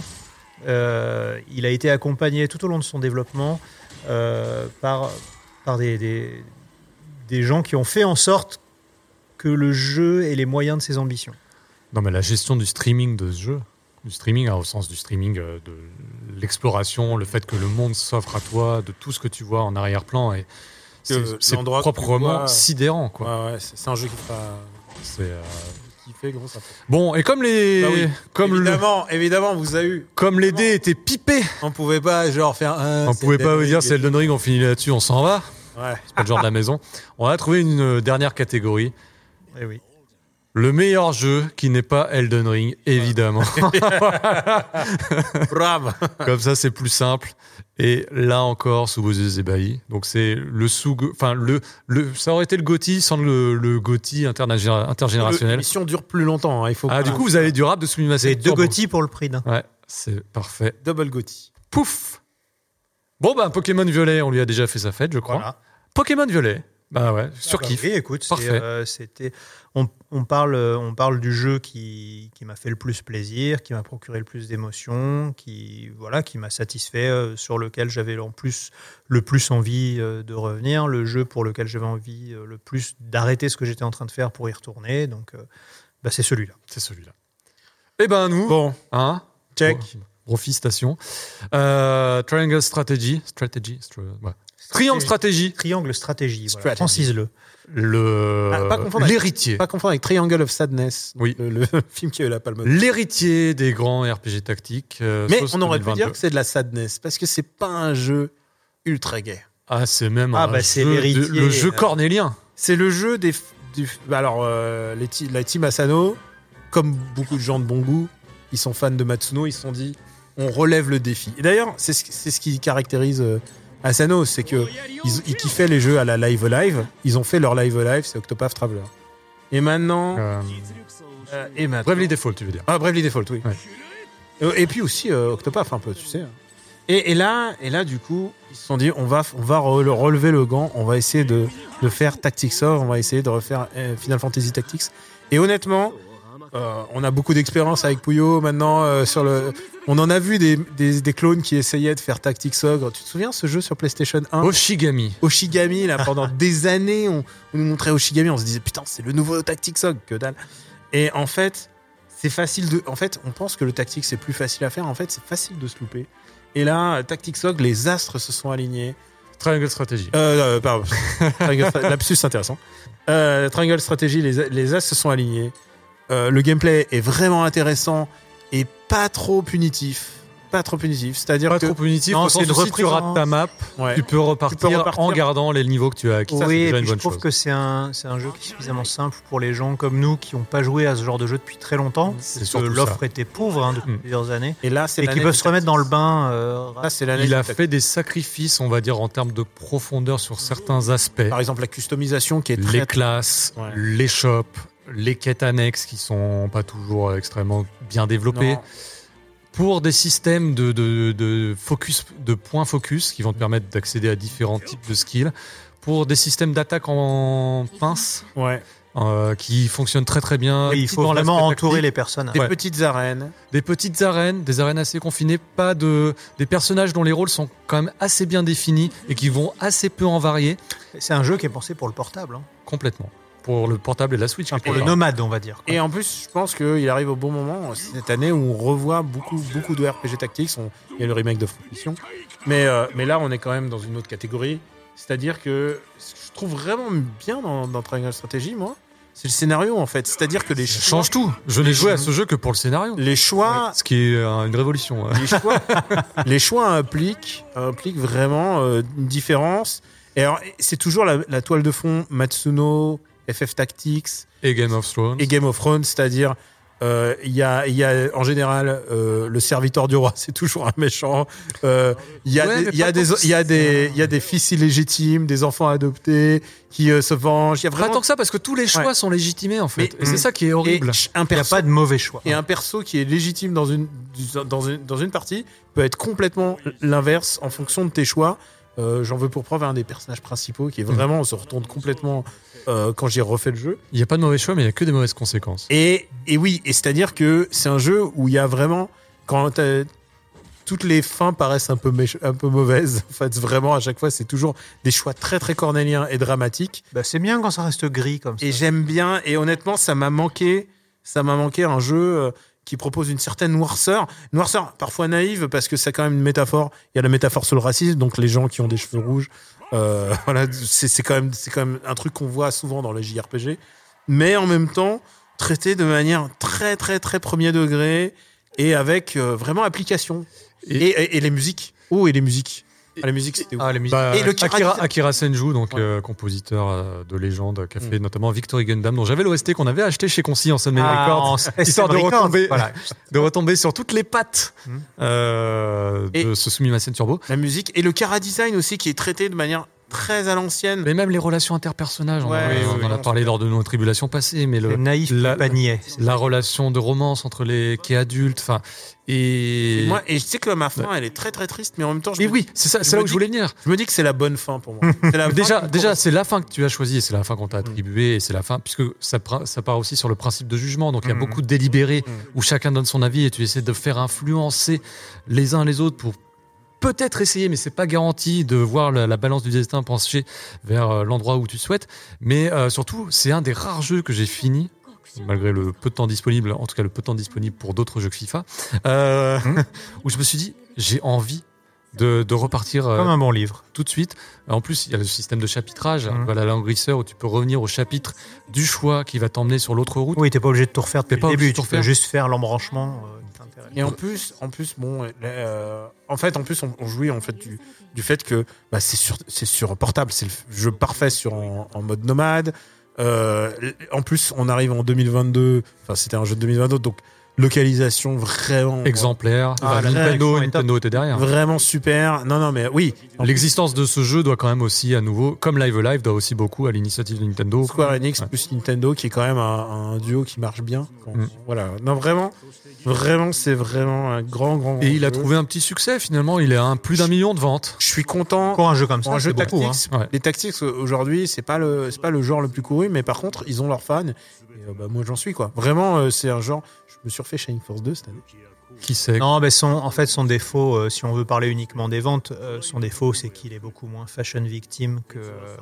euh, il a été accompagné tout au long de son développement euh, par par des, des des gens qui ont fait en sorte que le jeu ait les moyens de ses ambitions. Non, mais la gestion du streaming de ce jeu, du streaming hein, au sens du streaming, euh, de l'exploration, le fait que le monde s'offre à toi, de tout ce que tu vois en arrière-plan, et c'est Que c'est l'endroit que tu proprement vois- sidérant, quoi. Ouais, ouais, c'est c'est un jeu qui fera C'est, euh, qui fait gros ça. Bon, et comme les, Bah oui. comme le, évidemment, évidemment, vous avez eu. comme les dés étaient pipés, On pouvait pas genre faire un. on pouvait pas vous dire c'est Elden Ring, on finit là-dessus, on s'en va. Ouais. C'est pas le genre de la maison. On a trouvé une euh, dernière catégorie. Eh oui. Le meilleur jeu qui n'est pas Elden Ring, évidemment. Bravo. Comme ça, c'est plus simple. Et là encore, sous vos yeux ébahis. Donc c'est le sous, enfin le, le, ça aurait été le GOTY sans le, le GOTY intergé- intergénérationnel. L'émission dure plus longtemps. Hein, il faut. Ah, du coup, vous avez du rap de Sumimasen. Vous avez deux Gotti pour le prix d'un. Ouais, c'est parfait. double Gotti. Pouf. Bon bah Pokémon Violet, on lui a déjà fait sa fête, je crois. Voilà. Pokémon Violet. Bah ouais, Ah bah surkiff. oui, écoute, c'est, Parfait. euh, c'était. On, on parle, on parle du jeu qui, qui m'a fait le plus plaisir, qui m'a procuré le plus d'émotions, qui voilà, qui m'a satisfait, euh, sur lequel j'avais en plus le plus envie euh, de revenir, le jeu pour lequel j'avais envie euh, le plus d'arrêter ce que j'étais en train de faire pour y retourner. Donc, euh, bah, c'est celui-là. C'est celui-là. Eh ben nous, Bon, hein, check. Gros, gros fistation. Euh, Triangle Strategy, strategy, stra- ouais. Triangle Stratégie, Triangle stratégie. Voilà. Strategy. Francise-le. le Ah, pas confondre avec- l'héritier, Pas confondre avec Triangle of Sadness. Oui. Le, le film qui a eu la palme. d'or. l'héritier des grands R P G tactiques. euh, Mais sauce on aurait pu deux mille dire vingt-deux. que c'est de la sadness parce que c'est pas un jeu ultra gay. Ah, c'est même Ah, un bah, c'est jeu de- l'héritier, le jeu euh. cornélien. C'est le jeu des. Du, bah alors, euh, les ti- la team Asano, comme beaucoup de gens de bon goût, ils sont fans de Matsuno, ils se sont dit on relève le défi. Et d'ailleurs, c'est ce, c'est ce qui caractérise euh, Asano, c'est que ils, ils kiffaient les jeux à la Live Live. Ils ont fait leur Live Live, c'est Octopath Traveler. Et maintenant. Euh, euh, et maintenant Bravely Default, tu veux dire. Ah, Bravely Default, oui. Ouais. Et, et puis aussi euh, Octopath, un peu, tu sais. Et, et là, et là, du coup, ils se sont dit, on va, on va re- relever le gant, on va essayer de, de faire Tactics Ogre, on va essayer de refaire euh, Final Fantasy Tactics. Et honnêtement, euh, on a beaucoup d'expérience avec Puyo maintenant euh, sur le. On en a vu des, des, des clones qui essayaient de faire Tactics Ogre. Tu te souviens ce jeu sur PlayStation un? Oshigami. Oshigami, là, pendant des années, on, on nous montrait Oshigami, on se disait putain, c'est le nouveau Tactics Ogre, que dalle. Et en fait, c'est facile de. En fait, on pense que le Tactics c'est plus facile à faire. En fait, c'est facile de se louper. Et là, Tactics Ogre, les astres se sont alignés. Triangle Strategy. Euh, euh pardon. Triangle Stra- Lapsus intéressant. Euh, Triangle Strategy, les, les astres se sont alignés. Euh, le gameplay est vraiment intéressant et pas trop punitif. pas trop punitif. C'est-à-dire Pas que trop punitif, Non, au c'est sens une où si tu reprise rates en- ta map, ouais. tu peux repartir, Tu peux repartir. en gardant les niveaux que tu as acquis. Ça, oui, c'est et déjà puis une je bonne trouve chose. que c'est un, c'est un jeu qui est suffisamment simple pour les gens comme nous qui n'ont pas joué à ce genre de jeu depuis très longtemps. C'est parce surtout que l'offre était pauvre hein, depuis Mm. plusieurs années. Et là, c'est Et l'année qui peuvent du se remettre dans le bain. euh, Là, c'est l'année Il du a tactique. fait des sacrifices, on va dire, en termes de profondeur sur certains aspects. Par exemple, la customisation qui est très. Les classes, Ouais. les shops, les quêtes annexes qui sont pas toujours extrêmement bien développées. Non. Pour des systèmes de, de, de focus, de points focus qui vont te permettre d'accéder à différents types de skills. Pour des systèmes d'attaque en pince Ouais. euh, qui fonctionnent très très bien. oui, il faut Dans vraiment l'aspect entourer tactique. les personnes. Des Ouais. petites arènes. Des petites arènes, des arènes assez confinées, pas de des personnages dont les rôles sont quand même assez bien définis et qui vont assez peu en varier C'est un jeu qui est pensé pour le portable, hein. complètement. Pour le portable et la Switch. Enfin, pour quelque le part. nomade, on va dire. quoi. Et en plus, je pense qu'il arrive au bon moment cette année où on revoit beaucoup, beaucoup de R P G Tactics. On- Il y a le remake de Front Mission. Mais, euh, mais là, on est quand même dans une autre catégorie. C'est-à-dire que ce que je trouve vraiment bien dans, dans Triangle Strategy, moi, c'est le scénario en fait. C'est-à-dire que les Ça choix, change tout. Je n'ai joué à ce jeu que pour le scénario. les choix, Ce qui est euh, une révolution. les choix, les choix impliquent, impliquent vraiment euh, une différence. Et alors, c'est toujours la, la toile de fond Matsuno, F F Tactics Et Game of Thrones. et Game of Thrones, c'est-à-dire euh, il y, a, il y a en général euh, le serviteur du roi, c'est toujours un méchant. Euh, Il y a Ouais, des- mais il y a pas des tant que il y a ça. des il y a des fils illégitimes, des enfants adoptés qui euh, se vengent. Il y a Pas vraiment tant que ça, parce que tous les choix Ouais. sont légitimés en fait. Mais- et c'est ça qui est et horrible. ch- un Il n'y a perso pas de mauvais choix. et un perso qui est légitime dans une dans une dans une partie peut être complètement l'inverse en fonction de tes choix. Euh, J'en veux pour preuve un des personnages principaux qui est vraiment on se retourne complètement euh, quand j'ai refait le jeu. Il n'y a pas de mauvais choix, mais il n'y a que des mauvaises conséquences. Et, et oui, et c'est-à-dire que c'est un jeu où il y a vraiment, quand t'as- toutes les fins paraissent un peu, méch- un peu mauvaises, en fait, vraiment, à chaque fois, c'est toujours des choix très, très cornéliens et dramatiques. Bah, c'est bien quand ça reste gris comme ça. Et j'aime bien, et honnêtement, ça m'a manqué, ça m'a manqué un jeu euh, qui propose une certaine noirceur. Noirceur parfois naïve, parce que c'est quand même une métaphore. Il y a la métaphore sur le racisme, donc les gens qui ont des cheveux rouges. Euh, voilà, c'est c'est quand même, c'est quand même un truc qu'on voit souvent dans les J R P G, mais en même temps traité de manière très très très premier degré et avec euh, vraiment application. Et, Et- et- et les musiques. Oh, et les musiques. Ah, les musiques, c'était ouf. Ah, les musiques. Bah, Et le Akira, Kira- Akira Senju, donc Ouais. euh, compositeur euh, de légende, qui a fait Mm. notamment Victory Gundam, dont j'avais l'O S T qu'on avait acheté chez Consi en Sunman Ah, Records, en- histoire de Records. retomber, Voilà. de retomber sur toutes les pattes Mm. euh, de Et- ce Sumimasen Turbo. La musique et le Kara Design aussi qui est traité de manière très à l'ancienne. Mais même les relations interpersonnages, on, Ouais, en- oui, on oui, en a oui, parlé c'est lors de nos tribulations passées, mais C'est le, naïf, la- pas niais. la relation de romance entre les qui est adulte, enfin, et, Et, moi, et je sais que ma fin, elle est très très triste, mais en même temps, je, et me, oui, c'est ça, je c'est là me où je dis- voulais venir. je me dis que c'est la bonne fin pour moi. C'est la fin Déjà, qui me déjà, correspond. c'est la fin que tu as choisie et c'est la fin qu'on t'a attribuée et c'est la fin, puisque ça, pr- ça part aussi sur le principe de jugement. Donc il y a Mhm. beaucoup de délibérés Mhm. où chacun donne son avis et tu essaies de faire influencer les uns les autres pour peut-être essayer, mais c'est pas garanti de voir la, la balance du destin pencher vers euh, l'endroit où tu souhaites. Mais euh, surtout, c'est un des rares jeux que j'ai fini. Malgré le peu de temps disponible, en tout cas le peu de temps disponible pour d'autres jeux que FIFA, euh, où je me suis dit, j'ai envie de, de repartir euh, Comme un bon livre. tout de suite. En plus, il y a le système de chapitrage, Mhm. voilà, l'engrisseur où tu peux revenir au chapitre du choix qui va t'emmener sur l'autre route. Oui, t'es pas obligé de tout refaire depuis T'es pas le obligé début. de tout Tu peux refaire. juste faire l'embranchement euh, qui t'intéresse. Et en plus, en plus, bon, euh, en fait, en plus, on, on jouit en fait du, du fait que bah, c'est sur, c'est sur portable, c'est le jeu parfait sur en, en mode nomade. Euh, en plus, on arrive en deux mille vingt-deux. Enfin, c'était un jeu de deux mille vingt-deux, donc localisation vraiment Exemplaire. Ah, la Nintendo, réaction est top. Nintendo était derrière. vraiment super. Non, non, mais oui. En L'existence de ce jeu doit quand même aussi à nouveau, comme Live Alive, doit aussi beaucoup à l'initiative de Nintendo. Square Enix Ouais. plus Nintendo, qui est quand même un, un duo qui marche bien. Quand- Mm. Voilà. Non, vraiment, vraiment, c'est vraiment un grand, grand. Et il a jeu. trouvé un petit succès finalement. Il est à un, plus d'un million de ventes. Je suis content. Pour un jeu comme Pour ça, un jeu c'est beaucoup. tactique, hein. Ouais. les tactiques aujourd'hui, c'est pas le, c'est pas le genre le plus couru, mais par contre, ils ont leurs fans. Et, euh, bah, moi, j'en suis quoi. Vraiment, euh, c'est un genre. Je me suis refait Shining Force deux cette année. Qui sait Non, mais son, en fait, son défaut, euh, si on veut parler uniquement des ventes, euh, son défaut, c'est qu'il est beaucoup moins fashion victime que, euh,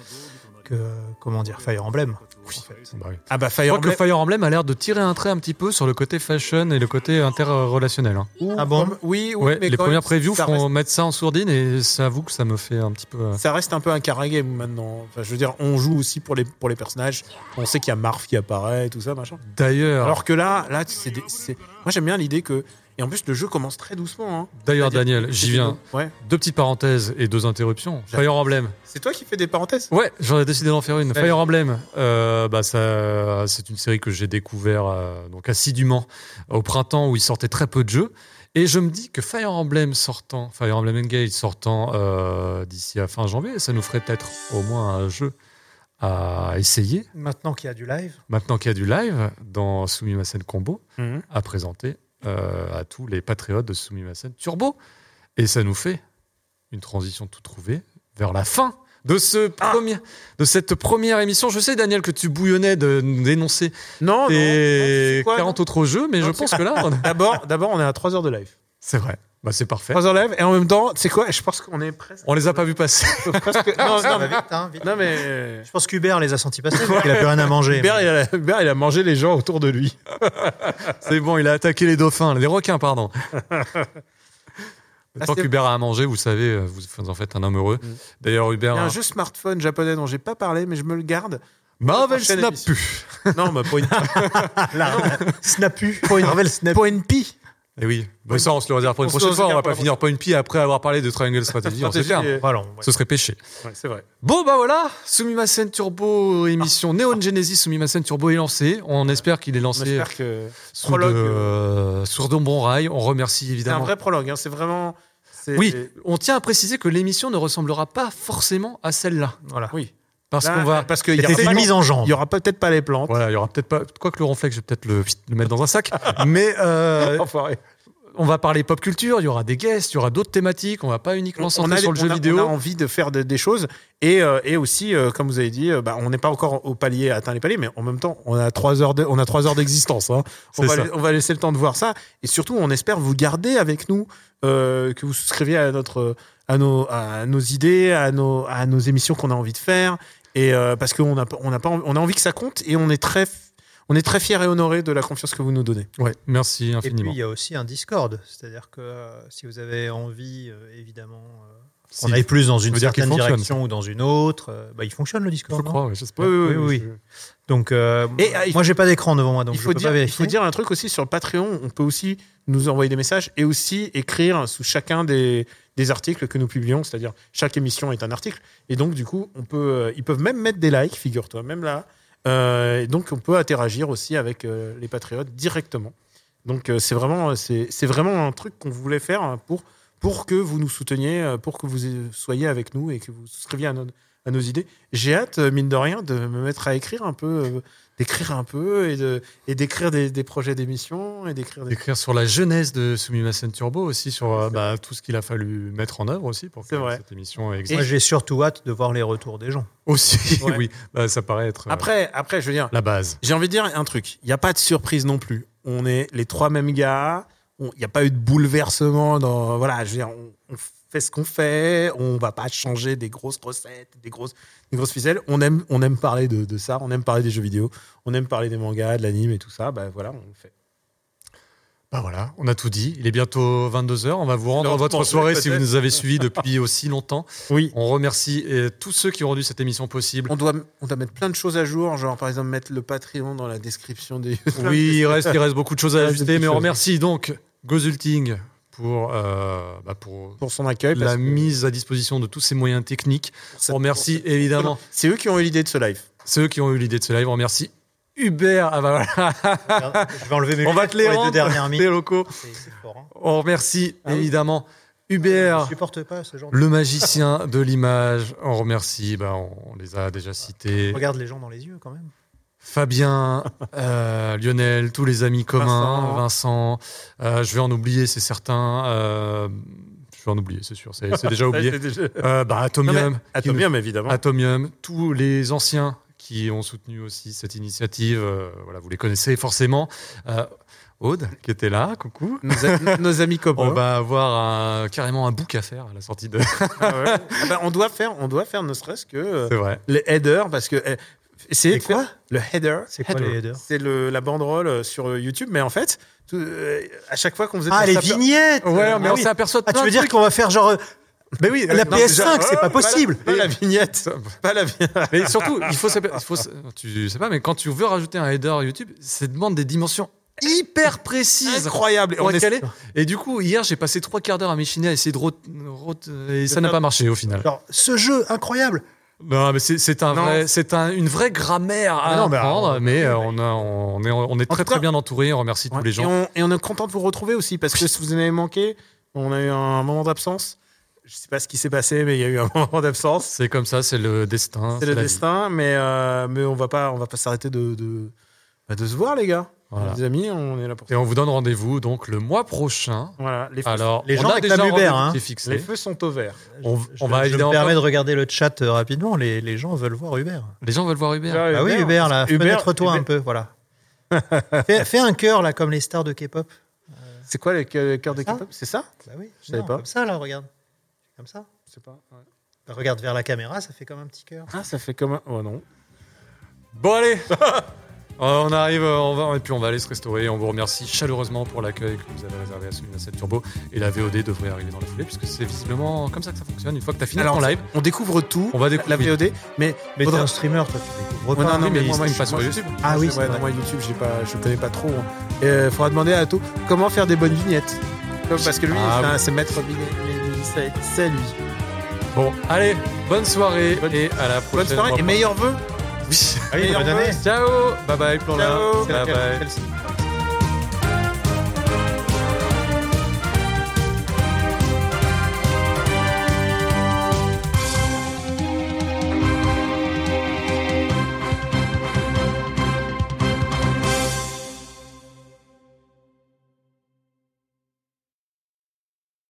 que comment dire, Fire Emblem. Oui. en fait. Bah oui. Ah bah Je Fire crois que Emblem. le Fire Emblem a l'air de tirer un trait un petit peu sur le côté fashion et le côté interrelationnel. hein. Ou- Ah bon Oui, oui. Ouais, mais les quand premières même, previews ça feront reste, mettre ça en sourdine et ça avoue que ça me fait un petit peu. euh, ça reste un peu un caragame maintenant. Enfin, je veux dire, on joue aussi pour les pour les personnages. On sait qu'il y a Marv qui apparaît et tout ça, machin. D'ailleurs, Alors que là, là, c'est, des- c'est- moi j'aime bien l'idée que Et en plus, le jeu commence très doucement. Hein. D'ailleurs, C'est-à-dire Daniel, que j'y c'est viens. bon. Ouais. Deux petites parenthèses et deux interruptions. Fire Emblem. C'est toi qui fais des parenthèses. Ouais, j'en ai décidé d'en faire une. Allez. Fire Emblem, euh, bah ça, c'est une série que j'ai découvert euh, donc assidûment au printemps où il sortait très peu de jeux. Et je me dis que Fire Emblem sortant, Fire Emblem Engage sortant euh, d'ici à fin janvier, ça nous ferait peut-être au moins un jeu à essayer. Maintenant qu'il y a du live. Maintenant qu'il y a du live dans Sumimasen Combo, Mhm. à présenter euh, à tous les patriotes de Sumimasen Turbo. Et ça nous fait une transition tout trouvée vers la fin de, ce Ah. premier, de cette première émission. Je sais, Daniel, que tu bouillonnais de nous dénoncer Non, non. tes non, quoi, quarante autres jeux, mais Non, je c'est- pense que là, on a- D'abord, d'abord, on est à trois heures de live. c'est vrai. Bah, c'est parfait. trois heures de live, et en même temps, tu sais quoi, je pense qu'on est presque. On les a pas vus passer. presque... non, Ça non, va mais, vite, hein, vite. non, mais. Je pense qu'Hubert les a sentis passer, parce qu'il a plus rien à manger. Hubert, il a, Hubert, il a mangé les gens autour de lui. C'est bon, il a attaqué les dauphins, les requins, pardon. Ah, Tant c'est- qu'Hubert a à manger, vous savez, vous en faites un homme heureux. Mm. D'ailleurs, Il Hubert. y a un a- jeu smartphone japonais dont j'ai pas parlé, mais je me le garde. Marvel prochaine Snap émission. pu. Non, mais Point, Là, Snapu. Marvel Snap. Point P. Eh oui, bah, ça on se le réserve pour une On se le prochaine fois. On va réserve pas pour- finir Point P après avoir parlé de Triangle Strategy. On sait Stratégie faire. et- Voilà, ouais. Ce serait péché. Ouais, c'est vrai. Bon bah voilà, Sumimasen Turbo émission Neon Genesis Sumimasen Turbo est lancé. On espère qu'il est On lancé espère que. sur prologue, de, euh, sur de bons rails. On remercie C'est un évidemment. vrai prologue, hein, c'est vraiment. c'est- Oui, on tient à préciser que l'émission ne ressemblera pas forcément à celle-là, Voilà. Oui. parce Là, qu'on va. Parce qu'il y C'était aura une pas- mise en jambe. il y aura peut-être pas les plantes. Voilà, il y aura peut-être pas. Quoi que le ronflex, je vais peut-être le, le mettre dans un sac. Mais euh, Enfoiré. on va parler pop culture. Il y aura des guests, il y aura d'autres thématiques. On va pas uniquement On centrer a, sur le on jeu a- vidéo. on a envie de faire de- des choses et, euh, et aussi, euh, comme vous avez dit, euh, bah, on n'est pas encore au palier, atteint les paliers, mais en même temps, on a trois heures, de- on a trois heures d'existence. Hein. On, C'est va, ça. on va laisser le temps de voir ça et surtout, on espère vous garder avec nous, euh, que vous souscriviez à notre, à nos, à nos idées, à nos, à nos émissions qu'on a envie de faire et euh, parce qu'on a, on a pas, envie- on a envie que ça compte et on est très, on est très fiers et honorés de la confiance que vous nous donnez. Ouais, merci Et infiniment. puis, il y a aussi un Discord. C'est-à-dire que euh, si vous avez envie, euh, évidemment, euh, Si- qu'on aille plus dans une veut dire qu'il certaine fonctionne, direction ou dans une autre, euh, bah, il fonctionne le Discord. Je non crois, ouais, j'espère. oui, oui. Donc, euh, Et, euh, il moi, j'ai pas d'écran devant moi, donc il, je faut peux dire, pas il vérifier. faut dire un truc aussi sur le Patreon. On peut aussi nous envoyer des messages et aussi écrire sous chacun des, des articles que nous publions. C'est-à-dire, chaque émission est un article. Et donc, du coup, on peut, euh, ils peuvent même mettre des likes, figure-toi, même là. Euh, et donc, on peut interagir aussi avec euh, les patriotes directement. Donc, euh, c'est vraiment, c'est, c'est vraiment un truc qu'on voulait faire pour, pour que vous nous souteniez, euh, pour que vous soyez avec nous et que vous souscriviez à nos, à nos idées. J'ai hâte, euh, mine de rien, de me mettre à écrire un peu, euh, d'écrire un peu et, de, et d'écrire des, des projets d'émissions et d'écrire des... D'écrire sur la jeunesse de Sumimasen Turbo aussi, sur euh, bah, tout ce qu'il a fallu mettre en œuvre aussi pour que C'est vrai. cette émission existe. Moi, j'ai surtout hâte de voir les retours des gens. Aussi, Ouais. oui, bah, ça paraît être euh, Après, après, je veux dire, la base. j'ai envie de dire un truc. Il n'y a pas de surprise non plus. On est les trois mêmes gars. On- Il n'y a pas eu de bouleversement dans. Voilà, je veux dire, on, on fait ce qu'on fait. On va pas changer des grosses recettes, des grosses, des grosses ficelles. On aime, on aime parler de, de ça. On aime parler des jeux vidéo. On aime parler des mangas, de l'anime et tout ça. Bah voilà, on le fait. Bah voilà, on a tout dit. Il est bientôt vingt-deux heures. On va vous rendre L'heure de votre manger, soirée si vous peut-être. nous avez suivis depuis aussi longtemps. Oui. On remercie euh, tous ceux qui ont rendu cette émission possible. On doit, on doit mettre plein de choses à jour, genre par exemple mettre le Patreon dans la description des. Oui, il reste, il reste beaucoup de choses à Il reste ajuster, beaucoup mais de on choses. remercie donc Gozulting pour, euh, bah, pour Pour son accueil. parce la que- mise à disposition de tous ces moyens techniques. pour On remercie évidemment C'est eux qui ont eu l'idée de ce live. ceux qui ont eu l'idée de ce live. On remercie Hubert. Ah bah voilà. Je vais enlever mes On va lunettes te les pour les rendre, deux dernières les minutes. locaux. C'est c'est fort. Hein. On remercie Ah oui. évidemment Je Hubert, supporte pas ce genre de... le magicien de l'image. On remercie, bah, on les a déjà cités. Regarde les gens dans les yeux quand même. Fabien, euh, Lionel, tous les amis communs, Vincent. Euh, je vais en oublier, c'est certain. Euh, je vais en oublier, c'est sûr. C'est c'est déjà oublié. Ouais, c'est déjà- Euh, bah, Atomium, Non, mais- qui Atomium, évidemment. nous- Atomium, tous les anciens qui ont soutenu aussi cette initiative. euh, voilà, vous les connaissez forcément. Euh, Aude, qui était là, coucou. Nos, a- nos amis copains. On va avoir un- carrément un book à faire à la sortie de. Ah ouais. Ah bah, on doit faire, on doit faire ne serait-ce que euh, C'est vrai. les headers parce que euh, essayez C'est de faire- quoi le header. C'est quoi Header. les headers C'est le, la banderole euh, sur euh, YouTube, mais en fait, tout, euh, à chaque fois qu'on faisait Ah, ça, les ça- vignettes Ouais, Ah mais on oui. s'aperçoit de Ah, tu plein veux de dire trucs. qu'on va faire genre... euh, Mais oui, La non, P S cinq, déjà- c'est pas pas la- possible. Pas la vignette. Pas la vignette. Mais surtout, il faut, s'aper- il faut, s- tu sais pas, mais quand tu veux rajouter un header YouTube, ça demande des dimensions hyper précises. Incroyable. Pour On être est calé. Et du coup, hier, j'ai passé trois quarts d'heure à m'échiner à essayer de rot... rot- et ça n'a pas marché au final. Alors, ce jeu incroyable. Non, mais c'est, c'est un Non. vrai, c'est un, une vraie grammaire à Mais non, mais apprendre, alors, mais euh, oui, on, a, on est, on est En très tout cas- très bien entouré. On remercie tous Ouais. les Et gens. on, et on est content de vous retrouver aussi parce que si vous en avez manqué, on a eu un moment d'absence. Je sais pas ce qui s'est passé, mais il y a eu un moment d'absence. C'est comme ça, c'est le destin. C'est le la vie. destin, mais euh, mais on va pas on va pas s'arrêter de de, bah, de se voir les gars. Voilà. Les amis, on est là pour Et ça. on vous donne rendez-vous donc le mois prochain. Voilà, les feux, Alors, Les on gens a réclament déjà un Uber, rendez-vous hein. qui est fixé. les feux sont au vert. On- Je, on va je me évidemment permets pas- de regarder le chat euh, rapidement. Les, les gens veulent voir Uber. Les gens veulent voir Uber. Ah oui, Uber, là, Uber, fenêtre-toi Uber- un peu, voilà. fais, fais un cœur, là, comme les stars de K-pop. C'est quoi le cœur de Ça K-pop? C'est ça? Bah oui, Je savais non, pas. comme ça, là, regarde. Comme ça. C'est pas. ouais. Bah, regarde vers la caméra, ça fait comme un petit cœur. Ah, ça fait comme un. Oh non. Bon allez, Euh, on arrive, euh, on va, et puis on va aller se restaurer. On vous remercie chaleureusement pour l'accueil que vous avez réservé à Suina sept Turbo. Et la V O D devrait arriver dans la foulée, puisque c'est visiblement comme ça que ça fonctionne. Une fois que tu as fini Alors, ton live, on découvre tout. on va découvrir. La V O D, mais Mais faudra- t'es un streamer, toi, tu découvres Ouais, pas. non, non, oui, mais mais moi, il moi, stream je pas suis- sur moi, YouTube. je- Ah oui, ouais, c'est non, vrai. moi YouTube, j'ai pas, je connais pas trop. Il euh, faudra demander à Atto comment faire des bonnes vignettes. Comme- Parce que lui, Ah, c'est un- oui. c'est maître vignettes, c'est- c'est lui. Bon, allez, bonne soirée et à la prochaine. Bonne soirée mois et meilleurs vœux. prochain. Allez, bonne Meilleurs année. vœux. Ciao, bye bye, plan là. Ciao. C'est Bye laquelle, bye. celle-ci